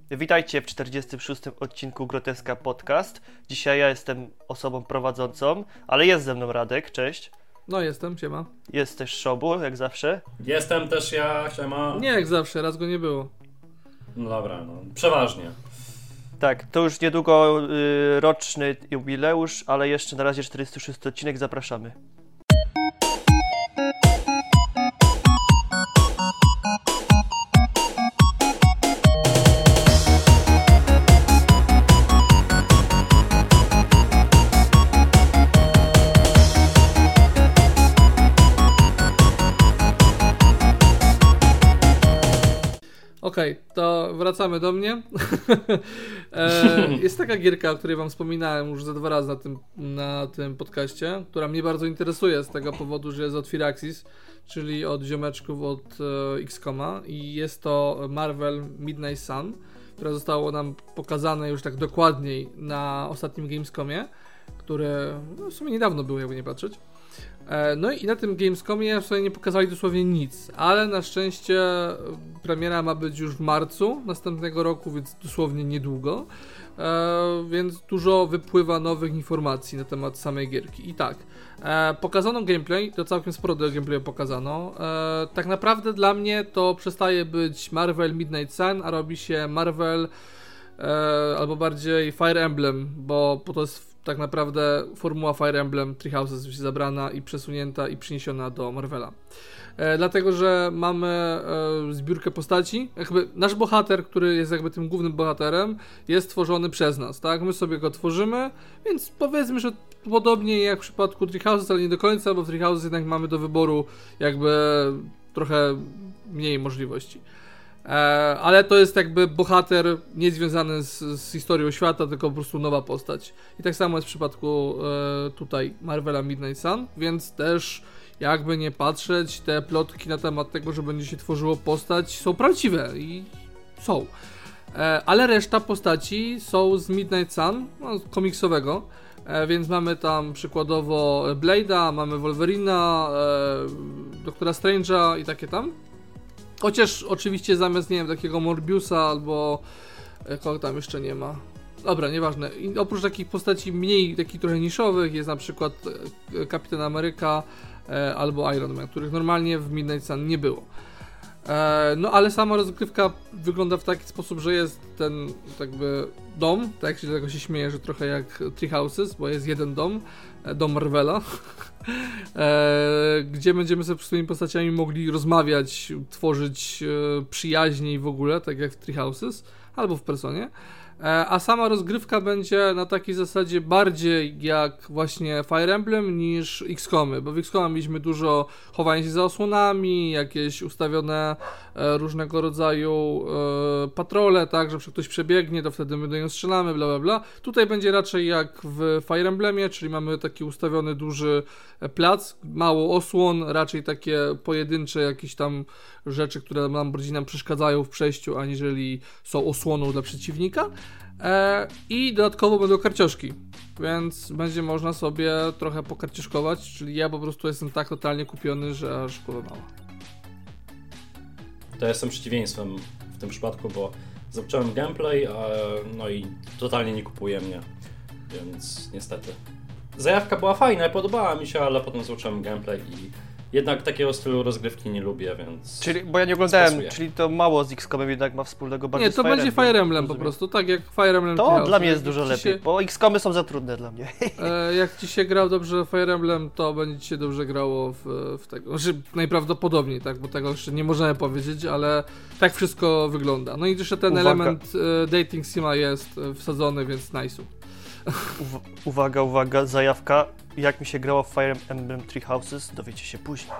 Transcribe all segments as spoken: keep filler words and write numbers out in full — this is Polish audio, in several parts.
Witajcie w czterdziestym szóstym odcinku Groteska Podcast. Dzisiaj ja jestem osobą prowadzącą, ale jest ze mną Radek, cześć. No jestem, siema. Jest też Szobu, jak zawsze. Jestem też ja, siema. Nie jak zawsze, raz go nie było. No dobra, no przeważnie. Tak, to już niedługo y, roczny jubileusz, ale jeszcze na razie czterdziesty szósty odcinek, zapraszamy. Okej, okay, to wracamy do mnie. e, jest taka gierka, o której wam wspominałem już ze dwa razy na tym, na tym podcaście, która mnie bardzo interesuje z tego powodu, że jest od Firaxis, czyli od ziomeczków od e, X COM-a i jest to Marvel Midnight Sun, które zostało nam pokazane już tak dokładniej na ostatnim Gamescomie, które no, w sumie niedawno było, jakby nie patrzeć. No i na tym Gamescomie w sumie nie pokazali dosłownie nic, ale na szczęście premiera ma być już w marcu następnego roku, więc dosłownie niedługo, e, więc dużo wypływa nowych informacji na temat samej gierki. I tak, e, pokazano gameplay, to całkiem sporo do gameplayu pokazano. E, tak naprawdę dla mnie to przestaje być Marvel Midnight Sun, a robi się Marvel e, albo bardziej Fire Emblem, bo to jest tak naprawdę formuła Fire Emblem Three Houses jest zabrana i przesunięta i przeniesiona do Marvela. E, dlatego, że mamy e, zbiórkę postaci. Jakby nasz bohater, który jest jakby tym głównym bohaterem, jest tworzony przez nas, tak? My sobie go tworzymy, więc powiedzmy, że podobnie jak w przypadku Three Houses, ale nie do końca, bo w Three Houses jednak mamy do wyboru jakby trochę mniej możliwości. Ale to jest jakby bohater nie związany z, z historią świata, tylko po prostu nowa postać. I tak samo jest w przypadku e, tutaj Marvela Midnight Sun, więc też jakby nie patrzeć, te plotki na temat tego, że będzie się tworzyło postać są prawdziwe i są. E, ale reszta postaci są z Midnight Sun, no, komiksowego, e, więc mamy tam przykładowo Blade'a, mamy Wolverina, e, Doktora Strange'a i takie tam. Chociaż oczywiście zamiast, nie wiem, takiego Morbiusa albo kogo tam jeszcze nie ma. Dobra, nieważne. I oprócz takich postaci mniej, takich trochę niszowych jest na przykład Kapitan Ameryka e, albo Iron Man, których normalnie w Midnight Sun nie było. E, no ale sama rozgrywka wygląda w taki sposób, że jest ten jakby dom, tak się tego się śmieję, że trochę jak Three Houses, bo jest jeden dom, dom Marvela, e, gdzie będziemy sobie z swoimi postaciami mogli rozmawiać, tworzyć e, przyjaźnie i w ogóle, tak jak w Three Houses albo w Personie. A sama rozgrywka będzie na takiej zasadzie bardziej jak właśnie Fire Emblem niż X COM-y, bo w X COM mieliśmy dużo chowania się za osłonami, jakieś ustawione e, różnego rodzaju e, patrole, tak, że ktoś przebiegnie, to wtedy my do niego strzelamy, bla bla bla. Tutaj będzie raczej jak w Fire Emblemie, czyli mamy taki ustawiony duży plac, mało osłon, raczej takie pojedyncze jakieś tam rzeczy, które nam bardziej nam przeszkadzają w przejściu, aniżeli są osłoną dla przeciwnika. E, I dodatkowo będą karcioszki, więc będzie można sobie trochę pokarcioszkować, czyli ja po prostu jestem tak totalnie kupiony, że aż głowa mała. To jestem przeciwieństwem w tym przypadku, bo zobaczyłem gameplay, a, no i totalnie nie kupuje mnie, więc niestety. Zajawka była fajna, podobała mi się, ale potem zobaczyłem gameplay i jednak takiego stylu rozgrywki nie lubię, więc... Czyli, bo ja nie oglądałem, spasuję. Czyli to mało z X COM-em jednak ma wspólnego bardziej Nie, to z Fire będzie Emblem. Fire Emblem po prostu, tak jak Fire Emblem. To Chaos. dla mnie jest dużo lepiej, się... bo X COM-y są za trudne dla mnie. E, jak ci się grał dobrze Fire Emblem, to będzie ci się dobrze grało w, w tego. Znaczy, najprawdopodobniej, tak, bo tego jeszcze nie możemy powiedzieć, ale tak wszystko wygląda. No i jeszcze ten Uwaga. element e, dating sima jest wsadzony, więc nice'u. Uw- uwaga, uwaga, zajawka. Jak mi się grało w Fire Emblem Three Houses, dowiecie się później.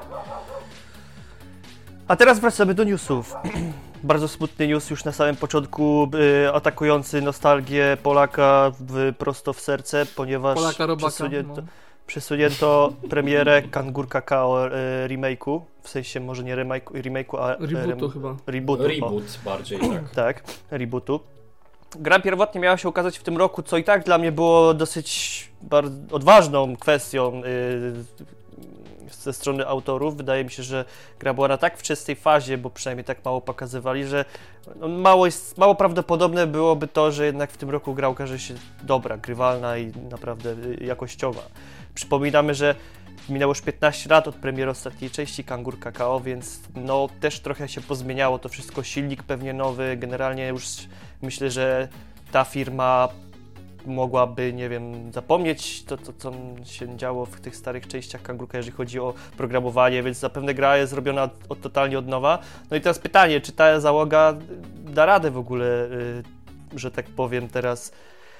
A teraz wracamy do newsów. Bardzo smutny news już na samym początku, y, atakujący nostalgię Polaka w, prosto w serce, ponieważ Polaka, robaka, przesunięto, no. przesunięto premierę Kangur Kakao y, remake'u, w sensie może nie remake'u, remake'u a rebootu rem, chyba. Rebootu, Reboot o. bardziej, tak. Tak, rebootu. Gra pierwotnie miała się ukazać w tym roku, co i tak dla mnie było dosyć bardzo odważną kwestią. Yy, ze strony autorów. Wydaje mi się, że gra była na tak wczesnej fazie, bo przynajmniej tak mało pokazywali, że no mało, jest, mało prawdopodobne byłoby to, że jednak w tym roku gra okaże się dobra, grywalna i naprawdę jakościowa. Przypominamy, że minęło już piętnaście lat od premiery ostatniej części Kangur Kakao, więc no też trochę się pozmieniało to wszystko, silnik pewnie nowy, generalnie już myślę, że ta firma mogłaby, nie wiem, zapomnieć to, to co się działo w tych starych częściach Kangurka, jeżeli chodzi o programowanie, więc zapewne gra jest zrobiona od, od, totalnie od nowa. No i teraz pytanie, czy ta załoga da radę w ogóle, yy, że tak powiem teraz,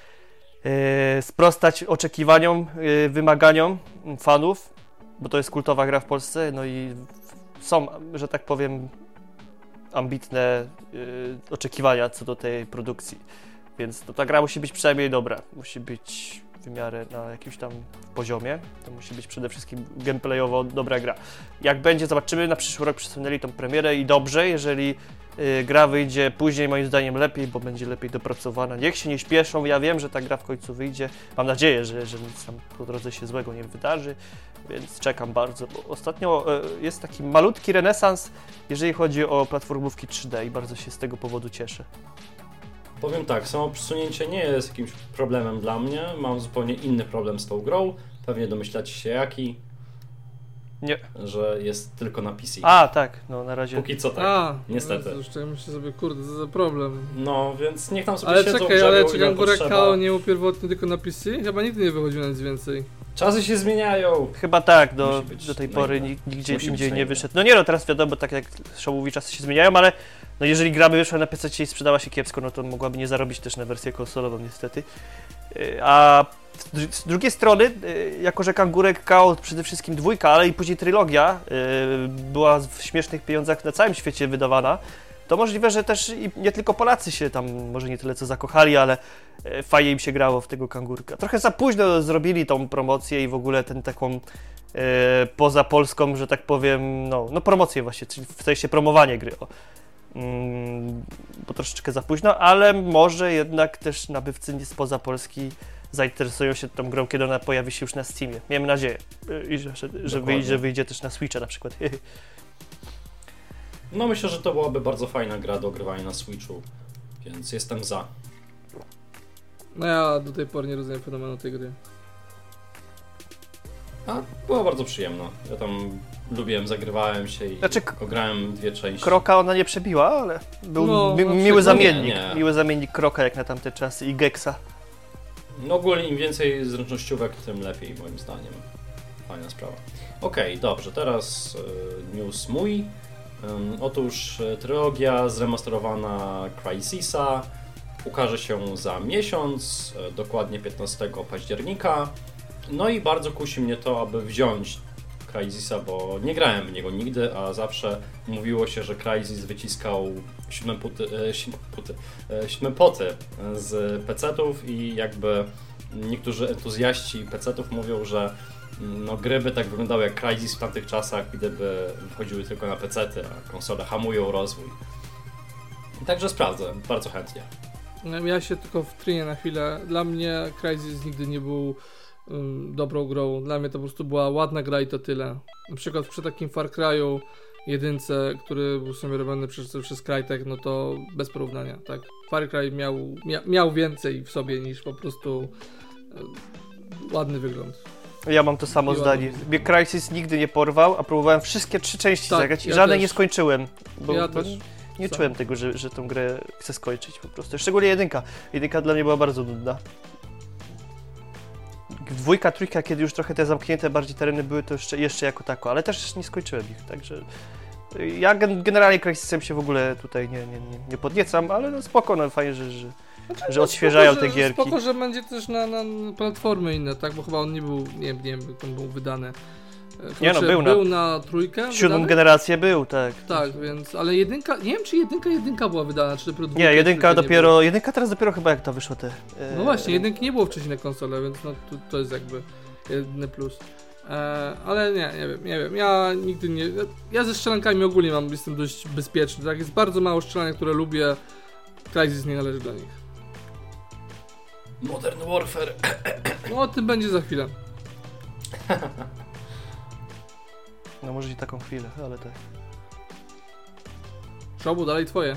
yy, sprostać oczekiwaniom, yy, wymaganiom fanów, bo to jest kultowa gra w Polsce, no i są, że tak powiem, ambitne yy, oczekiwania co do tej produkcji. Więc to ta gra musi być przynajmniej dobra, musi być w miarę na jakimś tam poziomie, to musi być przede wszystkim gameplayowo dobra gra. Jak będzie, zobaczymy, na przyszły rok przesunęli tą premierę i dobrze, jeżeli y, gra wyjdzie później, moim zdaniem lepiej, bo będzie lepiej dopracowana. Niech się nie śpieszą, ja wiem, że ta gra w końcu wyjdzie, mam nadzieję, że, że nic tam po drodze się złego nie wydarzy, więc czekam bardzo, bo ostatnio y, jest taki malutki renesans, jeżeli chodzi o platformówki trzy D i bardzo się z tego powodu cieszę. Powiem tak, samo przesunięcie nie jest jakimś problemem dla mnie, mam zupełnie inny problem z tą grą, pewnie domyślacie się jaki. Nie. Że jest tylko na P C. A, tak, no na razie. Póki co tak, A, niestety. No, jeszcze myślę sobie, kurde, co za problem. No, więc niech tam sobie ale siedzą, czekaj, grzebią, ale czy ile Kangur potrzeba. Kakao nie był pierwotnie tylko na P C? Chyba nigdy nie wychodził na nic więcej. Czasy się zmieniają. Chyba tak, do, Musi być do tej na pory inne. nigdzie Musi być indziej na nie inne. wyszedł. No nie no, teraz wiadomo, tak jak Show mówi, czasy się zmieniają, ale no jeżeli gra by wyszła na P C i sprzedała się kiepsko, no to mogłaby nie zarobić też na wersję konsolową niestety. Yy, A z dru- z drugiej strony, yy, jako że Kangurek Kakao przede wszystkim dwójka, ale i później trylogia yy, była w śmiesznych pieniądzach na całym świecie wydawana, to możliwe, że też i nie tylko Polacy się tam, może nie tyle co zakochali, ale e, fajnie im się grało w tego Kangurka. Trochę za późno zrobili tą promocję i w ogóle ten taką e, poza Polską, że tak powiem, no, no promocję właśnie, czyli w sensie promowanie gry. O. Mm, bo troszeczkę za późno, ale może jednak też nabywcy spoza Polski zainteresują się tą grą, kiedy ona pojawi się już na Steamie. Miejmy nadzieję, e, że, że, że, wyjdzie, że wyjdzie też na Switcha na przykład. No myślę, że to byłaby bardzo fajna gra do ogrywania na Switchu, więc jestem za. No ja do tej pory nie rozumiem fenomenu tej gry. A była bardzo przyjemna. Ja tam lubiłem, zagrywałem się i Znaczy, k- ograłem dwie części. Kroka ona nie przebiła, ale był No, mi- na miły przykład zamiennik, nie, nie. miły zamiennik Kroka jak na tamte czasy i Gexa. No ogólnie im więcej zręcznościówek, tym lepiej moim zdaniem. Fajna sprawa. Okej, dobrze, teraz y, news mój. Ym, otóż y, trylogia zremasterowana Crysisa ukaże się za miesiąc, y, dokładnie piętnastego października. No i bardzo kusi mnie to, aby wziąć Crysisa, bo nie grałem w niego nigdy, a zawsze mówiło się, że Crysis wyciskał siódme puty, e, siódme puty, e, siódme poty z pecetów i jakby niektórzy entuzjaści pecetów mówią, że no, gry by tak wyglądały jak Crysis w tamtych czasach, gdyby wychodziły tylko na pecety, a konsole hamują rozwój. Także sprawdzę, bardzo chętnie. Ja się tylko wtrynię na chwilę. Dla mnie Crysis nigdy nie był um, dobrą grą. Dla mnie to po prostu była ładna gra i to tyle. Na przykład przy takim Far Cry'u jedynce, który był sobie robiony przez, przez Crytek, no to bez porównania, tak. Far Cry miał, mia, miał więcej w sobie niż po prostu um, ładny wygląd. Ja mam to samo I zdanie. ładnie. Mnie Crysis nigdy nie porwał, a próbowałem wszystkie trzy części Tak, zagrać i ja żadnej też. nie skończyłem. Bo, Ja bo też. nie Sam. czułem tego, że, że tą grę chcę skończyć po prostu. Szczególnie jedynka. Jedynka dla mnie była bardzo nudna. Dwójka, trójka, kiedy już trochę te zamknięte bardziej tereny były, to jeszcze, jeszcze jako tako, ale też nie skończyłem ich, także ja gen, generalnie Crysisem się w ogóle tutaj nie, nie, nie, nie podniecam, ale no spoko, no fajnie, że, że, Znaczy, że no odświeżają spoko, te że- gierki. Spoko, że będzie też na, na platformy inne, tak? Bo chyba on nie był, nie wiem, nie wiem, jak on był wydany. E, Nie no, czy był na- był na trójkę Siódmą wydany? generację był, tak. Tak, więc, ale jedynka, nie wiem czy jedynka, jedynka była wydana, czy dopiero dwójka, Nie, jedynka trójka nie dopiero, było. jedynka teraz dopiero chyba jak to wyszło te... e, No właśnie, jedynki nie było wcześniej na konsolę, więc no to, to jest jakby jedyny plus. E, ale nie, nie wiem, nie wiem, ja nigdy nie, ja ze strzelankami ogólnie mam, jestem dość bezpieczny, tak, jest bardzo mało strzelanek, które lubię, Crysis nie należy do nich. Modern Warfare. No o tym będzie za chwilę. No może nie taką chwilę, ale tak. Szobu, dalej twoje.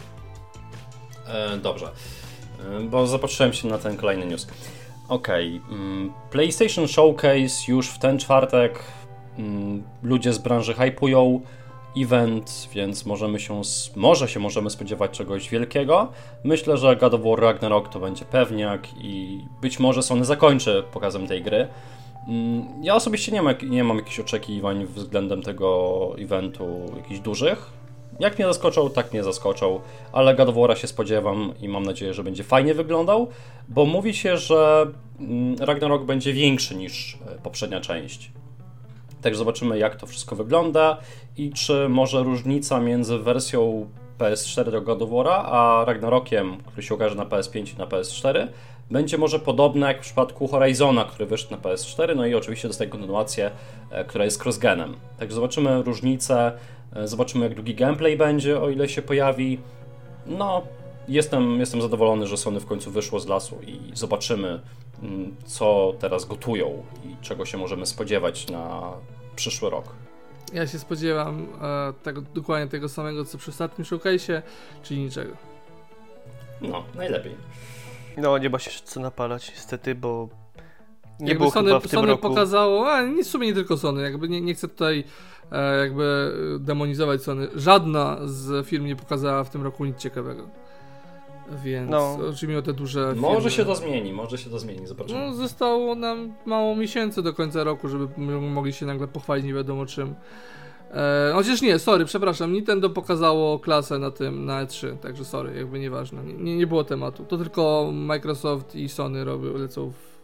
E, dobrze, e, bo zapatrzyłem się na ten kolejny news. Okej, okay. PlayStation Showcase już w ten czwartek. Mm, ludzie z branży hypują event, więc możemy się, może się możemy spodziewać czegoś wielkiego. Myślę, że God of War Ragnarok to będzie pewniak i być może Sony zakończy pokazem tej gry. Mm, ja osobiście nie, ma, nie mam jakichś oczekiwań względem tego eventu, jakichś dużych. Jak mnie zaskoczą, tak mnie zaskoczą, ale God of War'a się spodziewam i mam nadzieję, że będzie fajnie wyglądał, bo mówi się, że Ragnarok będzie większy niż poprzednia część. Także zobaczymy, jak to wszystko wygląda i czy może różnica między wersją P S cztery do God of War'a, a Ragnarokiem, który się ukaże na P S pięć i na P S cztery, będzie może podobna jak w przypadku Horizona, który wyszedł na P S cztery, no i oczywiście dostaje kontynuację, która jest cross-genem. Także zobaczymy różnice. Zobaczymy, jak długi gameplay będzie, o ile się pojawi. No, jestem, jestem zadowolony, że Sony w końcu wyszło z lasu i zobaczymy, co teraz gotują i czego się możemy spodziewać na przyszły rok. Ja się spodziewam e, tego, dokładnie tego samego, co przy ostatnim showcase'ie, czyli niczego. No, najlepiej. No, nie ma się co napalać, niestety, bo nie jakby było Sony, chyba w tym Sony roku. pokazało, a w sumie nie tylko Sony, jakby nie, nie chcę tutaj e, jakby demonizować Sony. Żadna z firm nie pokazała w tym roku nic ciekawego. Więc no. oczywiście te duże firmy. Może się to zmieni, może się to zmieni, zobaczymy. No, zostało nam mało miesięcy do końca roku, żeby mogli się nagle pochwalić nie wiadomo czym. E, chociaż nie, sorry, przepraszam, Nintendo pokazało klasę na tym, na E trzy, także sorry, jakby nieważne, nie, nie, nie było tematu. To tylko Microsoft i Sony robią, lecą w...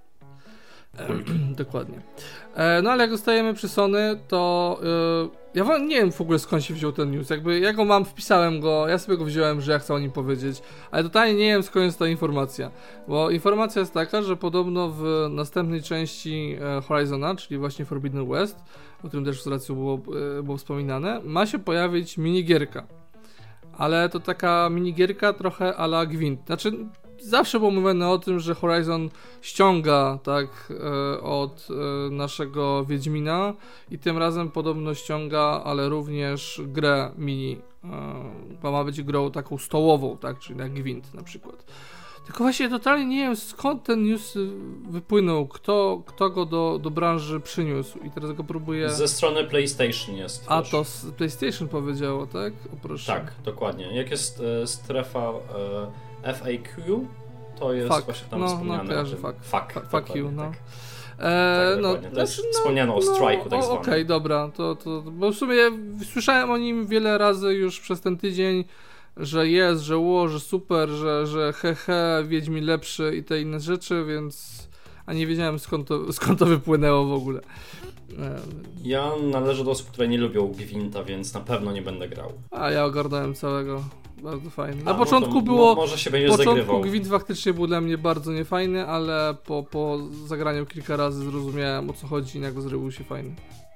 Dokładnie. E, no ale jak zostajemy przy Sony, to e, ja wam, nie wiem w ogóle skąd się wziął ten news, jakby ja go mam, wpisałem go, ja sobie go wziąłem, że ja chcę o nim powiedzieć, ale totalnie nie wiem skąd jest ta informacja, bo informacja jest taka, że podobno w następnej części e, Horizona, czyli właśnie Forbidden West, o którym też z racji było, e, było wspominane, ma się pojawić minigierka, ale to taka minigierka trochę a la Gwint, znaczy zawsze było mówione o tym, że Horizon ściąga tak e, od e, naszego Wiedźmina i tym razem podobno ściąga, ale również grę mini, e, ma być grą taką stołową, tak, czyli jak Gwint na przykład. Tylko właśnie totalnie nie wiem skąd ten news wypłynął, kto, kto go do, do branży przyniósł i teraz go próbuję... Ze strony PlayStation jest. A też. to z PlayStation powiedziało, tak? O, proszę. Tak, dokładnie. Jak jest e, strefa e, F A Q, to jest fuck. właśnie tam no, wspomniane. No, kojarzy, fuck. Fuck, fuck, fuck you, no. Tak. E, tak, no, to jest znaczy, wspomniano o strajku, tak zwanym. Okej, okay, dobra, to, to, bo w sumie słyszałem o nim wiele razy już przez ten tydzień, że jest, że ło, że super, że, że he he, Wiedźmin lepszy i te inne rzeczy, więc a nie wiedziałem skąd to, skąd to wypłynęło w ogóle. E, Ja należę do osób, które nie lubią Gwinta, więc na pewno nie będę grał. A ja ogarnąłem całego. Bardzo fajny. Na A, początku no to, było. No, może się będziesz początku zagrywał. Gwint faktycznie był dla mnie bardzo niefajny, ale po, po zagraniu kilka razy zrozumiałem o co chodzi i nagle zrobił się fajny.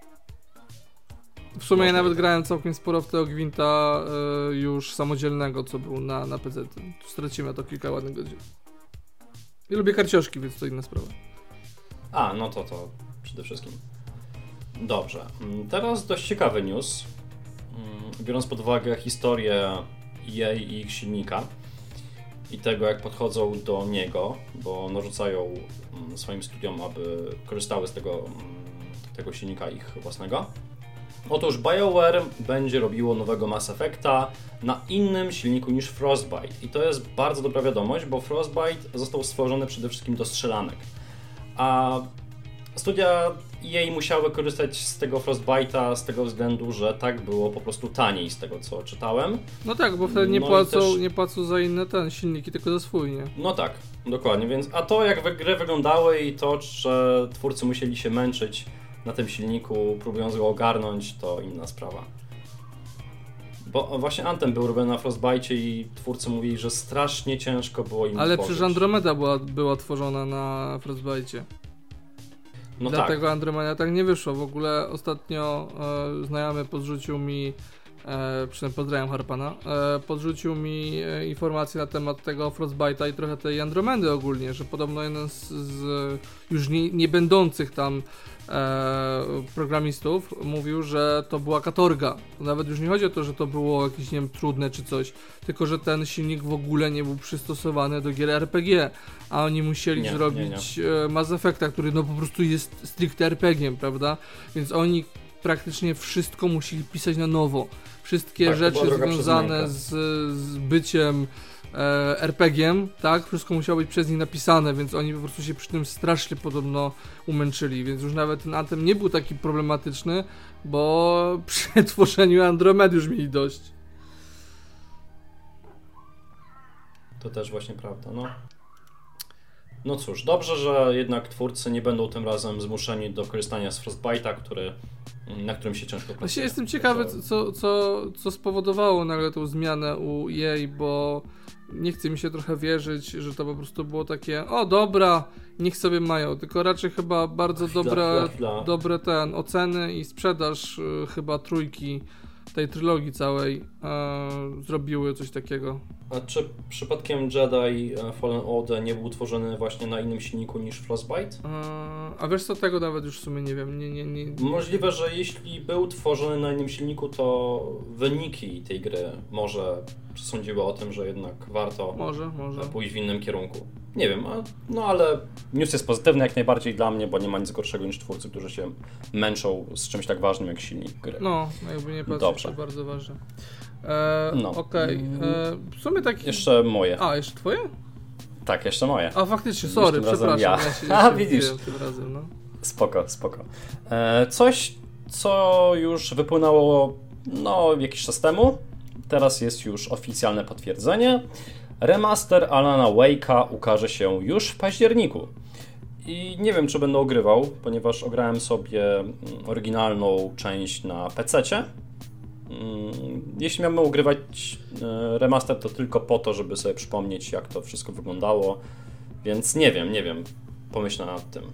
W sumie Może ja nawet tak. grałem całkiem sporo w tego Gwinta y, już samodzielnego, co był na, na P C. Straciłem to kilka ładnych godzin. I lubię karcioszki, więc to inna sprawa. A, no to to przede wszystkim. Dobrze. Teraz dość ciekawy news. Biorąc pod uwagę historię E A i ich silnika i tego, jak podchodzą do niego, bo narzucają swoim studiom, aby korzystały z tego, tego silnika ich własnego. Otóż BioWare będzie robiło nowego Mass Effecta na innym silniku niż Frostbite. I to jest bardzo dobra wiadomość, bo Frostbite został stworzony przede wszystkim do strzelanek. A studia E A musiały korzystać z tego Frostbite'a z tego względu, że tak było po prostu taniej z tego, co czytałem. No tak, bo wtedy nie, No i płacą, też- nie płacą za inne ten silniki, tylko za swój, nie? No tak, dokładnie, więc a to jak wy- gry wyglądały i to, że twórcy musieli się męczyć na tym silniku, próbując go ogarnąć, to inna sprawa. Bo właśnie Anthem był robiony na Frostbite i twórcy mówili, że strasznie ciężko było im Ale tworzyć. przecież Andromeda była, była tworzona na Frostbite. No Dlatego tak. Andromeda tak nie wyszło. W ogóle ostatnio e, znajomy podrzucił mi E, przynajmniej pozdrawiam Harpana, e, podrzucił mi e, informacje na temat tego Frostbite'a i trochę tej Andromedy ogólnie, że podobno jeden z, z już nie, nie będących tam e, programistów mówił, że to była katorga. To nawet już nie chodzi o to, że to było jakieś, nie wiem, trudne czy coś, tylko że ten silnik w ogóle nie był przystosowany do gier R P G, a oni musieli nie, zrobić nie, nie. Mass Effecta, który no po prostu jest stricte R P G-iem, prawda? Więc oni praktycznie wszystko musieli pisać na nowo. Wszystkie tak, rzeczy związane z, z byciem e, er pe gie em, tak, wszystko musiało być przez nich napisane, więc oni po prostu się przy tym strasznie podobno umęczyli, więc już nawet ten Anthem nie był taki problematyczny, bo przy tworzeniu Andromedy już mieli dość. To też właśnie prawda, no. No cóż, dobrze, że jednak twórcy nie będą tym razem zmuszeni do korzystania z Frostbite'a, który, na którym się ciężko pracuje. Właśnie jestem ciekawy, co, co, co spowodowało nagle tą zmianę u E A, bo nie chce mi się trochę wierzyć, że to po prostu było takie, o dobra, niech sobie mają, tylko raczej chyba bardzo chwila, dobre, chwila, chwila. dobre ten, oceny i sprzedaż y, chyba trójki tej trylogii całej e, zrobiły coś takiego. A czy przypadkiem Jedi Fallen Order nie był tworzony właśnie na innym silniku niż Frostbite? E, a wiesz co, tego nawet już w sumie nie wiem. Nie, nie, nie. Możliwe, że jeśli był tworzony na innym silniku, to wyniki tej gry może przesądziły o tym, że jednak warto Może, może. pójść w innym kierunku. Nie wiem, a, no ale news jest pozytywny jak najbardziej dla mnie, bo nie ma nic gorszego niż twórcy, którzy się męczą z czymś tak ważnym jak silnik gry. No, jakby nie patrzeć, Dobrze. to bardzo ważne. E, No. Okej. Okay. W sumie taki... Jeszcze moje. A, jeszcze twoje? Tak, jeszcze moje. A faktycznie, sorry, Tym razem przepraszam. ja. Ja się, A, ja się widzisz. Tym razem, no. Spoko, spoko. E, coś, co już wypłynęło no, jakiś czas temu, teraz jest już oficjalne potwierdzenie. Remaster Alana Wake'a ukaże się już w październiku. I nie wiem, czy będę ogrywał, ponieważ ograłem sobie oryginalną część na pececie. Jeśli miałbym ogrywać remaster, to tylko po to, żeby sobie przypomnieć, jak to wszystko wyglądało. Więc nie wiem, nie wiem. Pomyślę nad tym.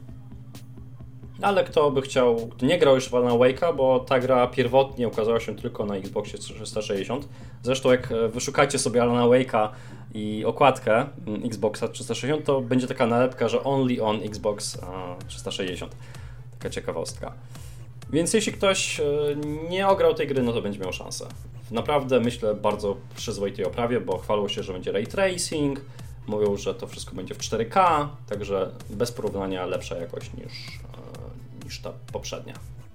Ale kto by chciał, kto nie grał już w Alana Wake'a, bo ta gra pierwotnie ukazała się tylko na Xboxie trzysta sześćdziesiąt. Zresztą jak wyszukacie sobie Alana Wake'a i okładkę Xboxa trzysta sześćdziesiąt, to będzie taka nalepka, że only on Xbox trzysta sześćdziesiąt. Taka ciekawostka. Więc jeśli ktoś nie ograł tej gry, no to będzie miał szansę. Naprawdę myślę bardzo przyzwoitej oprawie, bo chwalą się, że będzie ray tracing, mówią, że to wszystko będzie w cztery K, także bez porównania lepsza jakość niż, niż ta poprzednia.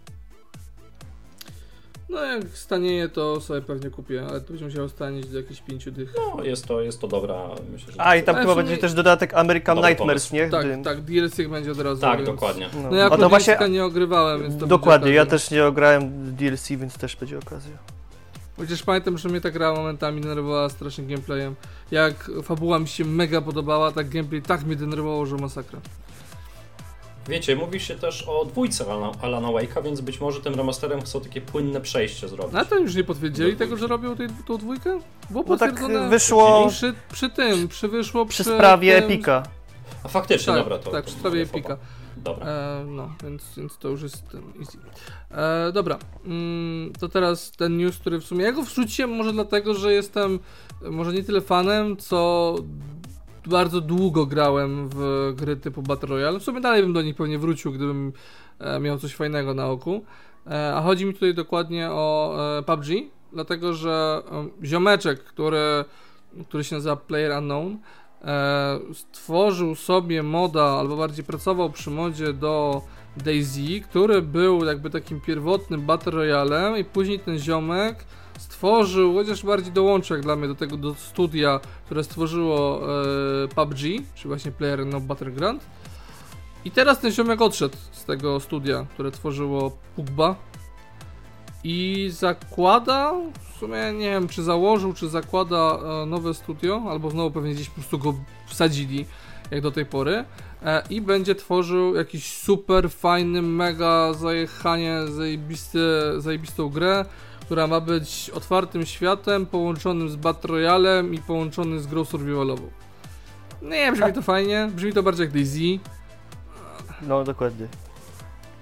No jak stanieje, to sobie pewnie kupię, ale to będzie musiało stanieć do jakichś pięciu dych. No jest to, jest to dobra, myślę, że... A i tam Ale chyba w sumie- będzie też dodatek American Dobry Nightmares, pomysł. nie? Tak, Gdy- tak, D L C będzie od razu. Tak, więc... dokładnie. No, No ja A akurat to właśnie... właśnie, nie ogrywałem, więc to dokładnie, będzie ja okazja. też nie ograłem D L C, więc też będzie okazja. Chociaż pamiętam, że mnie ta gra momentami denerwowała strasznie gameplayem. Jak fabuła mi się mega podobała, tak gameplay tak mnie denerwowało, że masakra. Wiecie, mówi się też o dwójce Alana, Alana Wake'a, więc być może tym remasterem chcą takie płynne przejście zrobić. No ale to już nie potwierdzili Do tego, dwójki. że robią tej, tą dwójkę? Było No tak potwierdzone wyszło przy, przy tym, przy wyszło przy przy sprawie tym... Epika. A faktycznie, Tak, dobra, to... tak, to przy sprawie moja Epika. fopa. Dobra. E, no, więc, więc to już jest ten easy. E, dobra, mm, to teraz ten news, który w sumie ja go wrzuciłem może dlatego, że jestem może nie tyle fanem, co bardzo długo grałem w gry typu Battle Royale. W sumie dalej bym do nich pewnie wrócił, gdybym e, miał coś fajnego na oku. E, a chodzi mi tutaj dokładnie o e, P U B G, dlatego że e, ziomeczek, który, który się nazywa PlayerUnknown, e, stworzył sobie moda, albo bardziej pracował przy modzie do DayZ, który był jakby takim pierwotnym Battle Royalem i później ten ziomek stworzył, chociaż bardziej dołączył jak dla mnie do tego do studia, które stworzyło e, P U B G, czyli właśnie PlayerUnknown Battleground. I teraz ten ziomek odszedł z tego studia, które tworzyło Pugba i zakłada, w sumie nie wiem czy założył, czy zakłada e, nowe studio, albo znowu pewnie gdzieś po prostu go wsadzili, jak do tej pory, e, i będzie tworzył jakiś super fajny, mega zajechanie, zajebisty, zajebistą grę, która ma być otwartym światem, połączonym z Battle Royalem i połączonym z grą survivalową. Nie, brzmi to fajnie, brzmi to bardziej jak DayZ. No dokładnie.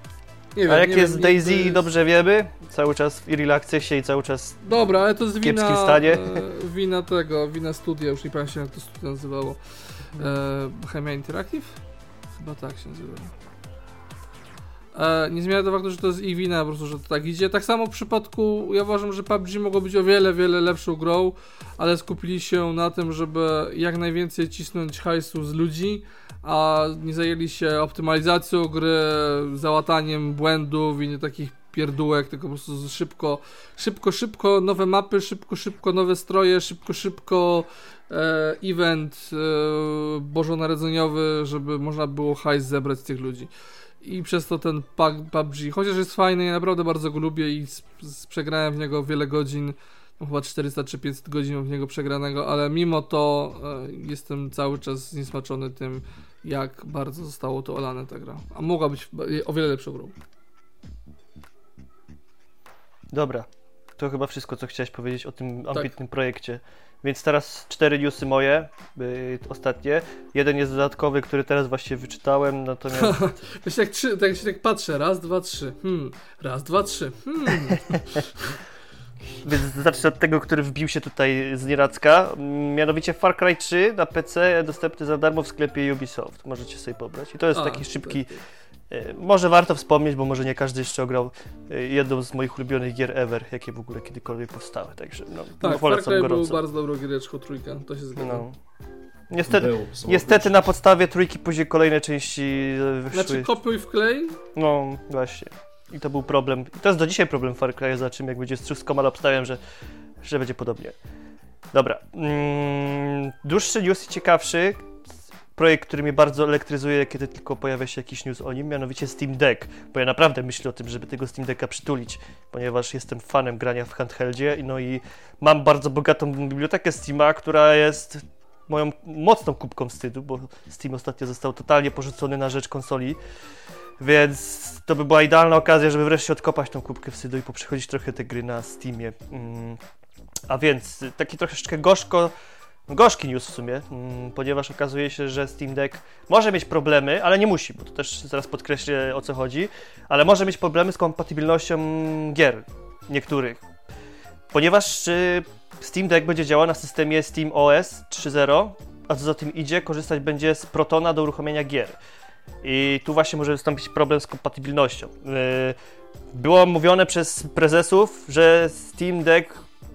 Nie wiem, A jak nie jest wiem, Daisy, jest... dobrze wiemy, cały czas w Early Accessie i cały czas Dobra, ale to jest w kiepskim wina, stanie. e, wina tego, wina studia, już nie pamiętam jak to studia nazywało. E, Chemia Interactive? Chyba tak się nazywa. E, nie zmienia to faktu, że to jest ich wina, po prostu, że to tak idzie. Tak samo w przypadku, ja uważam, że P U B G mogło być o wiele, wiele lepszą grą, ale skupili się na tym, żeby jak najwięcej cisnąć hajsu z ludzi, a nie zajęli się optymalizacją gry, załataniem błędów i nie takich pierdółek, tylko po prostu szybko, szybko, szybko nowe mapy, szybko, szybko nowe stroje, szybko, szybko e, event e, bożonarodzeniowy, żeby można było hajs zebrać z tych ludzi. I przez to ten P U B G, chociaż jest fajny, ja naprawdę bardzo go lubię i z, z, przegrałem w niego wiele godzin, no chyba czterysta czy pięćset godzin mam w niego przegranego, ale mimo to e, jestem cały czas zniesmaczony tym, jak bardzo zostało to olane ta gra. A mogła być o wiele lepszą grą. Dobra, to chyba wszystko, co chciałeś powiedzieć o tym ambitnym tak. projekcie. Więc teraz cztery newsy moje, yy, ostatnie. Jeden jest dodatkowy, który teraz właśnie wyczytałem, natomiast... Wiesz, jak, trzy, tak się tak patrzę, raz, dwa, trzy, hmm, raz, dwa, trzy, hmm. Więc zacznę od tego, który wbił się tutaj z nieracka. Mianowicie Far Cry trzy na P C dostępny za darmo w sklepie Ubisoft. Możecie sobie pobrać. I to jest A, taki szybki... tak. Może warto wspomnieć, bo może nie każdy jeszcze ograł jedną z moich ulubionych gier ever, jakie w ogóle kiedykolwiek powstały, także no, tak, polecam Far Cry gorąco. był bardzo dobrą giereczką, trójka, to się zgadza. No. Niestety, był, niestety na podstawie trójki później kolejne części wyszły. Znaczy kopiuj wklej? No właśnie. I to był problem. I to jest do dzisiaj problem Far Cry, zobaczymy jak będzie z szóstką, ale obstawiam, że, że będzie podobnie. Dobra. Mm, dłuższy news i ciekawszy. Projekt, który mnie bardzo elektryzuje, kiedy tylko pojawia się jakiś news o nim, mianowicie Steam Deck. Bo ja naprawdę myślę o tym, żeby tego Steam Decka przytulić, ponieważ jestem fanem grania w handheldzie, no i mam bardzo bogatą bibliotekę Steama, która jest moją mocną kubką wstydu, bo Steam ostatnio został totalnie porzucony na rzecz konsoli, więc to by była idealna okazja, żeby wreszcie odkopać tą kubkę wstydu i poprzechodzić trochę te gry na Steamie. Mm. A więc taki troszeczkę gorzko Gorzki news w sumie, mm, ponieważ okazuje się, że Steam Deck może mieć problemy, ale nie musi, bo to też zaraz podkreślę o co chodzi, ale może mieć problemy z kompatybilnością gier niektórych, ponieważ y, Steam Deck będzie działał na systemie SteamOS trzy zero, a co za tym idzie, korzystać będzie z Protona do uruchomienia gier. I tu właśnie może wystąpić problem z kompatybilnością. Y, było mówione przez prezesów, że Steam Deck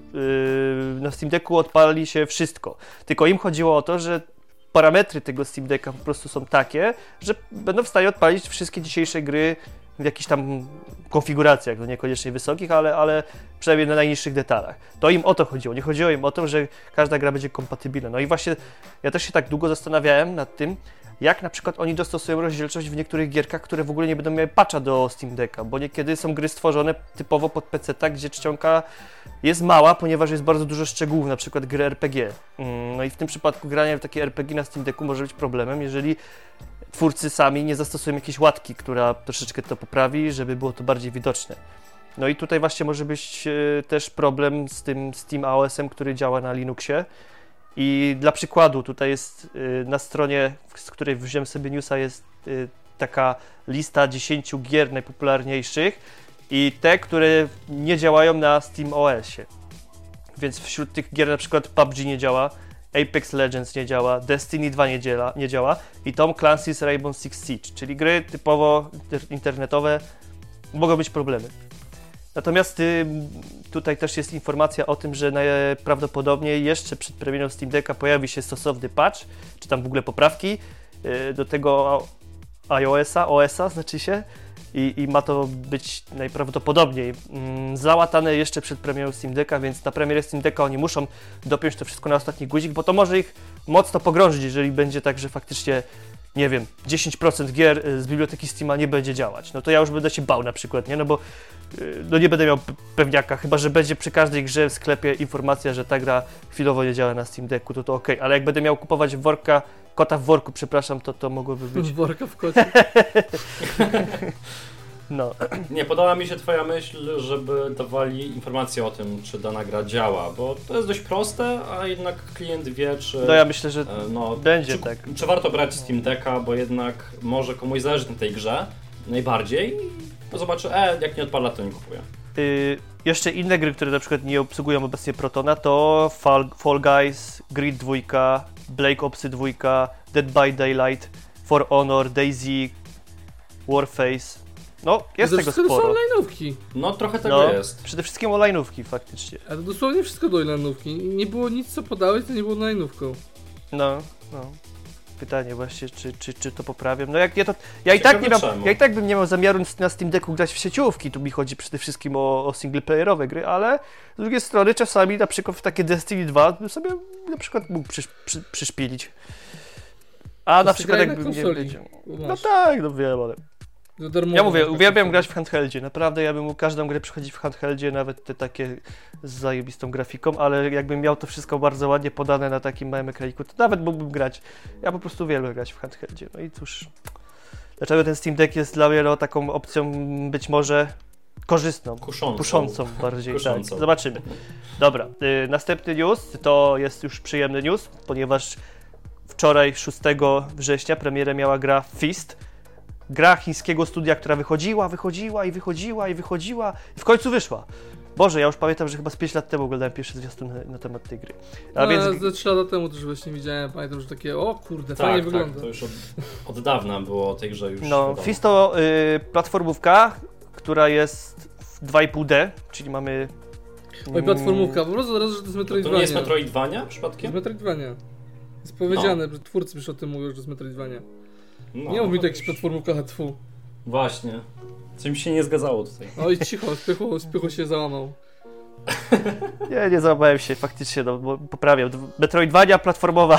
na Steam Decku odpali się wszystko. Tylko im chodziło o to, że parametry tego Steam Decka po prostu są takie, że będą w stanie odpalić wszystkie dzisiejsze gry w jakichś tam konfiguracjach, no niekoniecznie wysokich, ale, ale przynajmniej na najniższych detalach. To im o to chodziło. Nie chodziło im o to, że każda gra będzie kompatybilna. No i właśnie ja też się tak długo zastanawiałem nad tym, jak na przykład oni dostosują rozdzielczość w niektórych gierkach, które w ogóle nie będą miały patcha do Steam Decka, bo niekiedy są gry stworzone typowo pod peceta, gdzie czcionka jest mała, ponieważ jest bardzo dużo szczegółów, na przykład gry R P G. No i w tym przypadku granie w takie R P G na Steam Decku może być problemem, jeżeli twórcy sami nie zastosują jakiejś łatki, która troszeczkę to poprawi, żeby było to bardziej widoczne. No i tutaj właśnie może być też problem z tym SteamOS-em, który działa na Linuxie. I dla przykładu, tutaj jest y, na stronie, z której wziąłem sobie newsa, jest y, taka lista dziesięciu gier najpopularniejszych i te, które nie działają na SteamOS-ie. Więc wśród tych gier na przykład P U B G nie działa, Apex Legends nie działa, Destiny dwa nie, dziela, nie działa i Tom Clancy's Rainbow Six Siege, czyli gry typowo internetowe, mogą być problemy. Natomiast y, tutaj też jest informacja o tym, że najprawdopodobniej jeszcze przed premierą Steam Decka pojawi się stosowny patch, czy tam w ogóle poprawki y, do tego iOS-a, O S-a znaczy się i, i ma to być najprawdopodobniej mm, załatane jeszcze przed premierą Steam Decka, więc na premierę Steam Decka oni muszą dopiąć to wszystko na ostatni guzik, bo to może ich mocno pogrążyć, jeżeli będzie tak, że faktycznie nie wiem, dziesięć procent gier z biblioteki Steama nie będzie działać. No to ja już będę się bał na przykład, nie? No bo no nie będę miał pewniaka, chyba że będzie przy każdej grze w sklepie informacja, że ta gra chwilowo nie działa na Steam Decku, to to okej, okay. Ale jak będę miał kupować worka, kota w worku, przepraszam, to to mogłoby być... Worka w kocie. No. Nie, podoba mi się twoja myśl, żeby dawali informacje o tym, czy dana gra działa, bo to jest dość proste, a jednak klient wie, czy... No ja myślę, że no, będzie czy, tak. Czy warto brać Steam Decka, bo jednak może komuś zależy na tej grze, najbardziej. No zobaczę, e, jak nie odpala, to nie kupuję. Yy, jeszcze inne gry, które na przykład nie obsługują obecnie Protona, to Fall, Fall Guys, Grid dwa, Black Opsy dwa, Dead by Daylight, For Honor, DayZ, Warface. No, jest to tego sporo. To są sporo. online'ówki. No trochę tego No, jest. przede wszystkim online'ówki faktycznie. A to dosłownie wszystko do online'ówki. Nie było nic, co podałeś, to nie było online'ówką. No, no. Pytanie właśnie, czy, czy, czy to poprawiam. No jak nie to. Ja i, tak nie mam, ja i tak bym nie miał zamiaru na Steam Decku grać w sieciówki. Tu mi chodzi przede wszystkim o, o singleplayerowe gry, ale z drugiej strony czasami na przykład w takie Destiny dwa bym sobie na przykład mógł przysz, przy, przyszpilić. A to na przykład na jakby nie będzie. No tak, tak, no wiem, ale. Darmowo, Ja mówię, tak uwielbiam tak. grać w handheldzie. Naprawdę ja bym mógł każdą grę przychodzić w handheldzie, nawet te takie z zajebistą grafiką, ale jakbym miał to wszystko bardzo ładnie podane na takim małym ekraniku, to nawet mógłbym grać. Ja po prostu uwielbiam grać w handheldzie. No i cóż, dlaczego ten Steam Deck jest dla mnie no, taką opcją być może korzystną, kuszącą, kuszącą bardziej. kuszącą. Tak. Zobaczymy. Dobra, y, następny news to jest już przyjemny news, ponieważ wczoraj, szóstego września, premierę miała gra Fist. Gra chińskiego studia, która wychodziła, wychodziła i wychodziła i wychodziła i w końcu wyszła. Boże, ja już pamiętam, że chyba z pięć lat temu oglądałem pierwszy zwiastun na, na temat tej gry. A no, więc... ze trzy lata temu też właśnie widziałem, pamiętam, że takie, o kurde, tak, fajnie tak, wygląda. to już od, od dawna było o tej grze już. No, wiadomo. Fist to y, platformówka, która jest w dwa i pół D, czyli mamy... Oj, platformówka, po prostu od razu, że to jest To, Metroidvania. to nie jest Metroidvania To przypadkiem? jest Metroidvania. Jest powiedziane, że twórcy już o tym mówią, że to jest Metroidvania. No, Nie mów mi no to jakiś platformówka hetfu. Właśnie. Co mi się nie zgadzało tutaj. Oj, cicho, spychu, spychu się załamał. Nie, nie załamałem się, faktycznie, no, bo poprawiam. Metroidvania platformowa.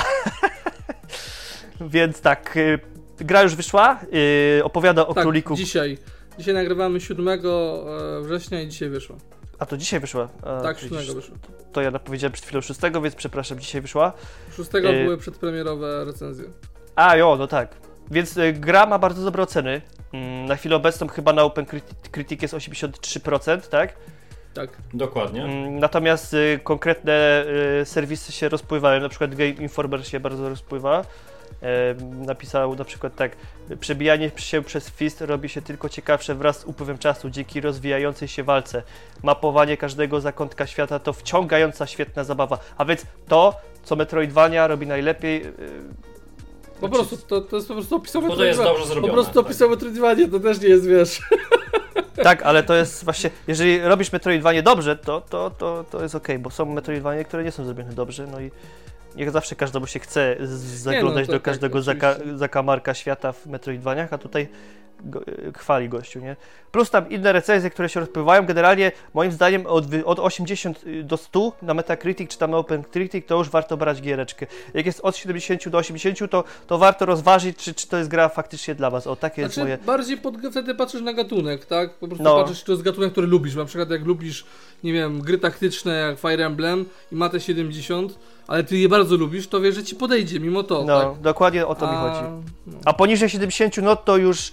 Więc tak, y, gra już wyszła, y, opowiada o tak, króliku. dzisiaj. Dzisiaj nagrywamy siódmego września i dzisiaj wyszła. A to dzisiaj wyszła? A, tak, widzisz, siódmego wyszła. To ja powiedziałem przed chwilą szóstego, więc przepraszam, dzisiaj wyszła. szóstego y- były przedpremierowe recenzje. A, jo, no tak. Więc y, gra ma bardzo dobre oceny. Mm, na chwilę obecną chyba na Open Critic jest osiemdziesiąt trzy procent, tak? Tak. Dokładnie. Mm, natomiast y, konkretne y, serwisy się rozpływają, na przykład Game Informer się bardzo rozpływa. E, napisał na przykład tak: przebijanie się przez Fist robi się tylko ciekawsze wraz z upływem czasu dzięki rozwijającej się walce. Mapowanie każdego zakątka świata to wciągająca, świetna zabawa. A więc to, co Metroidvania robi najlepiej... Yy, Po prostu, to, to jest po prostu opisał To jest dobrze zrobione. Po prostu opisał Metroidvania, to też nie jest, wiesz... Tak, ale to jest właśnie, jeżeli robisz Metroidvanie dobrze, to, to, to, to jest okej, bo są Metroidvanie, które nie są zrobione dobrze, no i niech zawsze każdemu się chce z- zaglądać to do tak, każdego oczywiście. zaka- zakamarka świata w Metroidvaniach, a tutaj go, chwali gościu, nie? Plus tam inne recenzje, które się rozpływają, generalnie moim zdaniem od, wy- od osiemdziesiąt do stu na Metacritic czy tam na Open Critic to już warto brać giereczkę. Jak jest od siedemdziesiąt do osiemdziesięciu, to, to warto rozważyć, czy, czy to jest gra faktycznie dla was. O, takie jest Znaczy, moje... bardziej pod, wtedy patrzysz na gatunek, tak? Po prostu No. patrzysz, czy to jest gatunek, który lubisz. Na przykład jak lubisz, nie wiem, gry taktyczne jak Fire Emblem i ma te siedemdziesiąt, ale ty je bardzo lubisz, to wiesz, że ci podejdzie mimo to, No, tak? dokładnie o to A, mi chodzi. no. A poniżej siedemdziesięciu, no to już